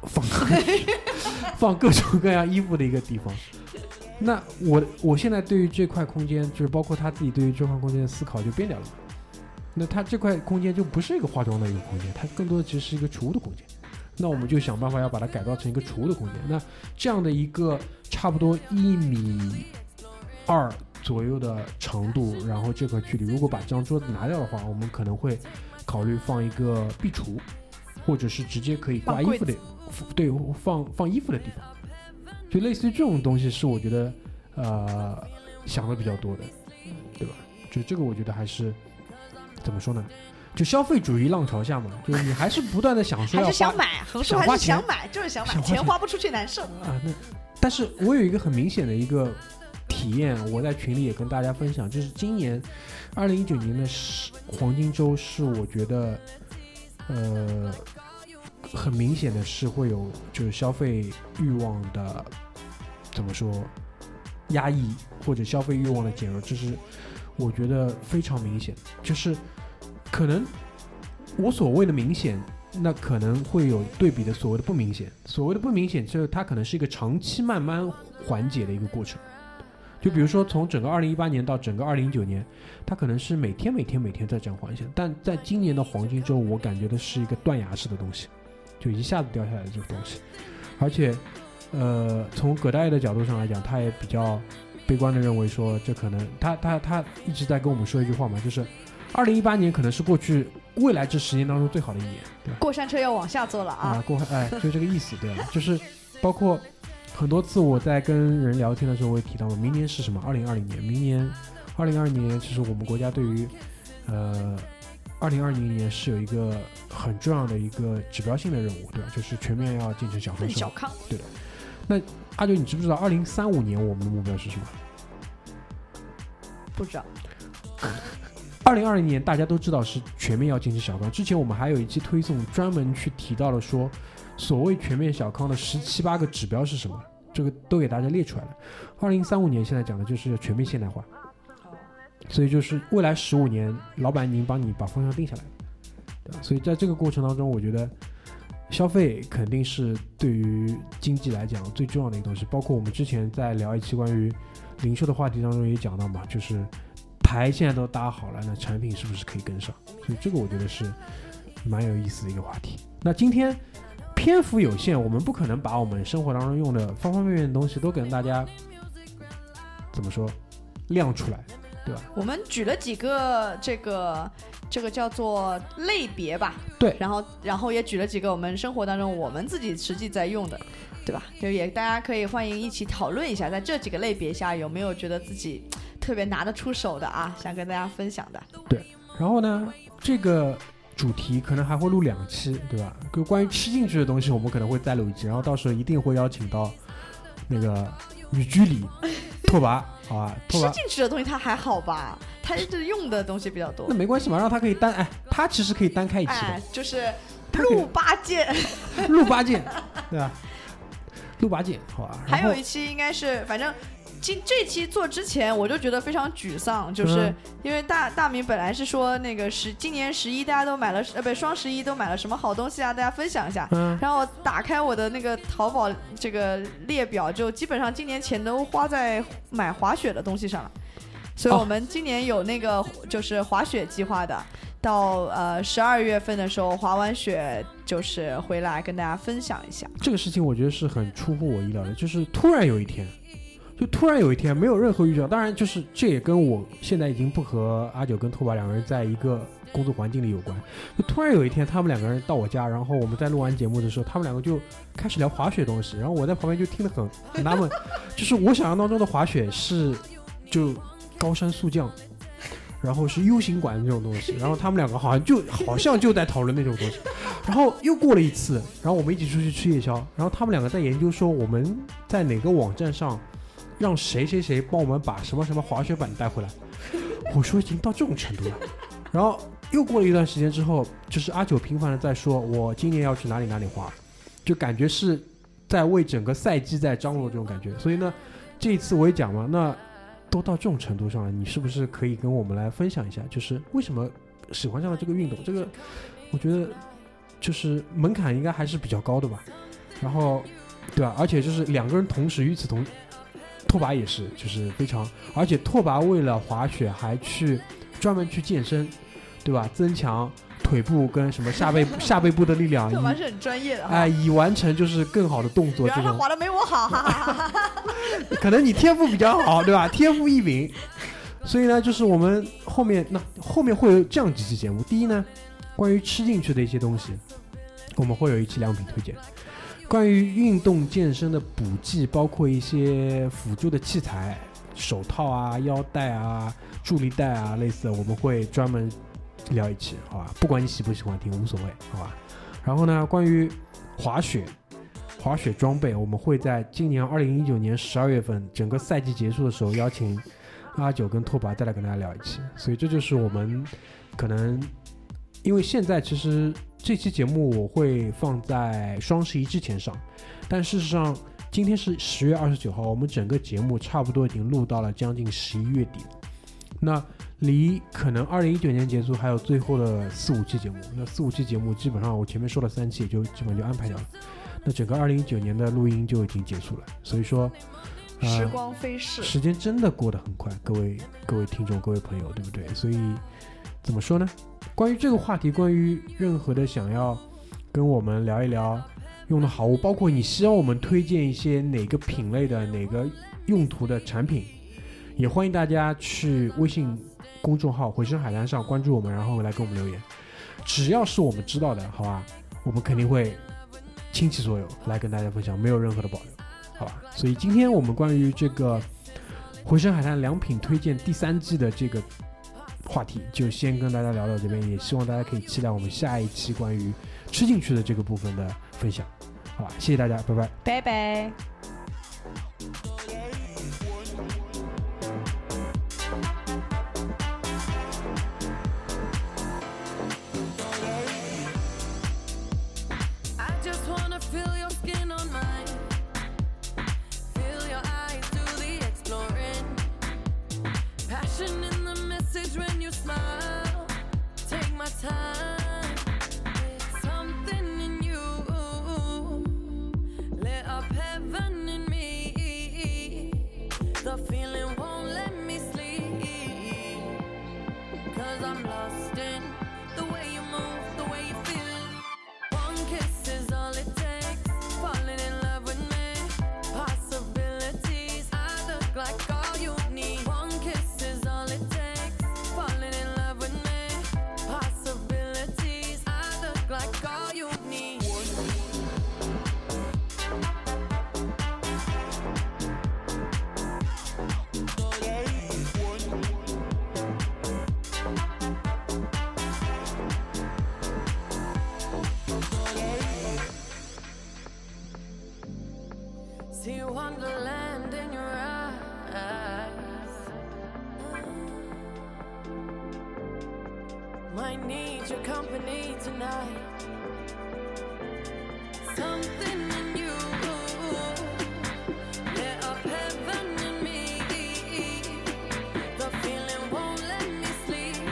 放各种各样衣服的一个地方。那我现在对于这块空间，就是包括他自己对于这块空间的思考就变掉了。那他这块空间就不是一个化妆的一个空间，它更多的其实是一个储物的空间。那我们就想办法要把它改造成一个储物的空间。那这样的一个差不多1.2米左右的长度，然后这块距离，如果把这张桌子拿掉的话，我们可能会考虑放一个壁橱，或者是直接可以挂衣服的，对，放衣服的地方，就类似于这种东西是我觉得想的比较多的，对吧？就这个我觉得还是怎么说呢？ 就消费主义浪潮下嘛，就是你还是不断的想说要还是想买，横竖还是想买，就是想买，钱花不出去难受啊。但是我有一个很明显的一个体验，我在群里也跟大家分享，就是今年2019年的黄金周是我觉得很明显的是会有就是消费欲望的怎么说压抑或者消费欲望的减弱，这是我觉得非常明显。就是可能我所谓的明显，那可能会有对比的所谓的不明显。所谓的不明显，就是它可能是一个长期慢慢缓解的一个过程。就比如说从整个2018年到整个2019年，它可能是每天在这样缓解，但在今年的黄金周，我感觉的是一个断崖式的东西，就一下子掉下来的这个东西。而且从葛大爷的角度上来讲，他也比较悲观的认为说，这可能他一直在跟我们说一句话嘛，就是2018年可能是过去未来这10年当中最好的一年，对吧？ 过山车要往下坐了啊！ 就这个意思，对吧？就是包括很多次我在跟人聊天的时候，我也提到了明年是什么？2020年，明年2020年，其实我们国家对于2020年是有一个很重要的一个指标性的任务，对吧？就是全面要进行小康。 小康， 对的。那阿九，你知不知道2035年我们的目标是什么？ 不知道。 2020年大家都知道是全面要进行小康，之前我们还有一期推送专门去提到了说，所谓全面小康的17、18个指标是什么，这个都给大家列出来了。2035年现在讲的就是全面现代化，所以就是未来15年，老板已经帮你把方向定下来了，对吧？所以在这个过程当中，我觉得消费肯定是对于经济来讲最重要的一个东西。包括我们之前在聊一期关于零售的话题当中也讲到嘛，就是台现在都搭好了，那产品是不是可以跟上？所以这个我觉得是蛮有意思的一个话题。那今天篇幅有限，我们不可能把我们生活当中用的方方面面的东西都跟大家怎么说亮出来，对吧？ 我们举了几个这个叫做类别吧， 对， 然后也举了几个我们生活当中我们自己实际在用的，对吧？就也大家可以欢迎一起讨论一下，在这几个类别下有没有觉得自己特别拿得出手的啊，想跟大家分享的。 对，然后呢，这个主题可能还会录2期，对吧？就关于吃进去的东西，我们可能会再录1期，然后到时候一定会邀请到那个女居里拓跋，好吧？ 吃进去的东西它还好吧？它是用的东西比较多。 那没关系嘛，让他可以他其实可以单开1期的， 就是陆八剑， 陆八剑，对吧？陆八剑，好吧。 还有一期应该是，反正这期做之前我就觉得非常沮丧，就是因为大明本来是说那个今年11大家都买了双11都买了什么好东西啊，大家分享一下。然后我打开我的那个淘宝这个列表，就基本上今年钱都花在买滑雪的东西上了。所以我们今年有那个就是滑雪计划的，到12月份的时候滑完雪就是回来跟大家分享一下。 这个事情我觉得是很出乎我意料的，就是突然有一天没有任何预兆，当然就是这也跟我现在已经不和阿九跟拓跋2个人在一个工作环境里有关。就突然有一天他们2个人到我家，然后我们在录完节目的时候，他们2个就开始聊滑雪东西，然后我在旁边就听得很纳闷，就是我想象当中的滑雪是就高山速降，然后是 U 型管这种东西，然后他们2个好像就在讨论那种东西。然后又过了1次，然后我们一起出去吃夜宵，然后他们2个在研究说我们在哪个网站上让谁帮我们把什么什么滑雪板带回来。我说已经到这种程度了。然后又过了一段时间之后，就是阿九频繁的在说我今年要去哪里滑，就感觉是在为整个赛季在张罗这种感觉。所以呢，这一次我也讲嘛，那都到这种程度上了，你是不是可以跟我们来分享一下，就是为什么喜欢上了这个运动？这个我觉得就是门槛应该还是比较高的吧。然后对吧？而且就是2个人同时与此同，拓跋也是，就是非常，而且拓跋为了滑雪还专门去健身，对吧？增强腿部跟什么下背部的力量， 拓跋是很专业的， 以完成就是更好的动作。 原来他滑的没我好，哈哈哈哈。 可能你天赋比较好，对吧？天赋异禀。所以呢，就是我们后面会有这样几期节目。第一呢，关于吃进去的一些东西，我们会有一期良品推荐。关于运动健身的补剂，包括一些辅助的器材，手套啊、腰带啊、助力带啊，类似的，我们会专门聊一期，好吧？不管你喜不喜欢听，无所谓，好吧？然后呢，关于滑雪装备，我们会在今年2019年12月份整个赛季结束的时候，邀请阿九跟拓跋再来跟大家聊一期。所以这就是我们可能，因为现在其实这期节目我会放在双11之前上，但事实上今天是10月29号，我们整个节目差不多已经录到了将近11月底了。那离可能2019年结束还有最后的4-5期节目，那4-5期节目基本上我前面说了3期，也就基本就安排掉了。那整个2019年的录音就已经结束了，所以说， 时光飞逝， 时间真的过得很快，各位听众、各位朋友，对不对？所以怎么说呢？关于这个话题，关于任何的想要跟我们聊一聊用的好物，包括你希望我们推荐一些哪个品类的、哪个用途的产品，也欢迎大家去微信公众号回声海滩上关注我们，然后来给我们留言。只要是我们知道的，好吧，我们肯定会倾其所有来跟大家分享，没有任何的保留，好吧？所以今天我们关于这个回声海滩良品推荐第3季的这个话题，就先跟大家聊到这边，也希望大家可以期待我们下一期关于吃进去的这个部分的分享，好吧？谢谢大家，拜拜， 拜拜。 See wonderland in your eyes. Might need your company tonight. Something in you lit up heaven in me. The feeling won't let me sleep,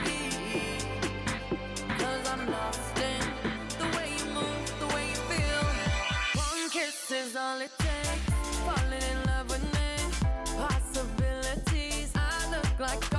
'cause I'm lost in the way you move, the way you feel. One kiss is all it takes. Falling in love with me, possibilities. I look like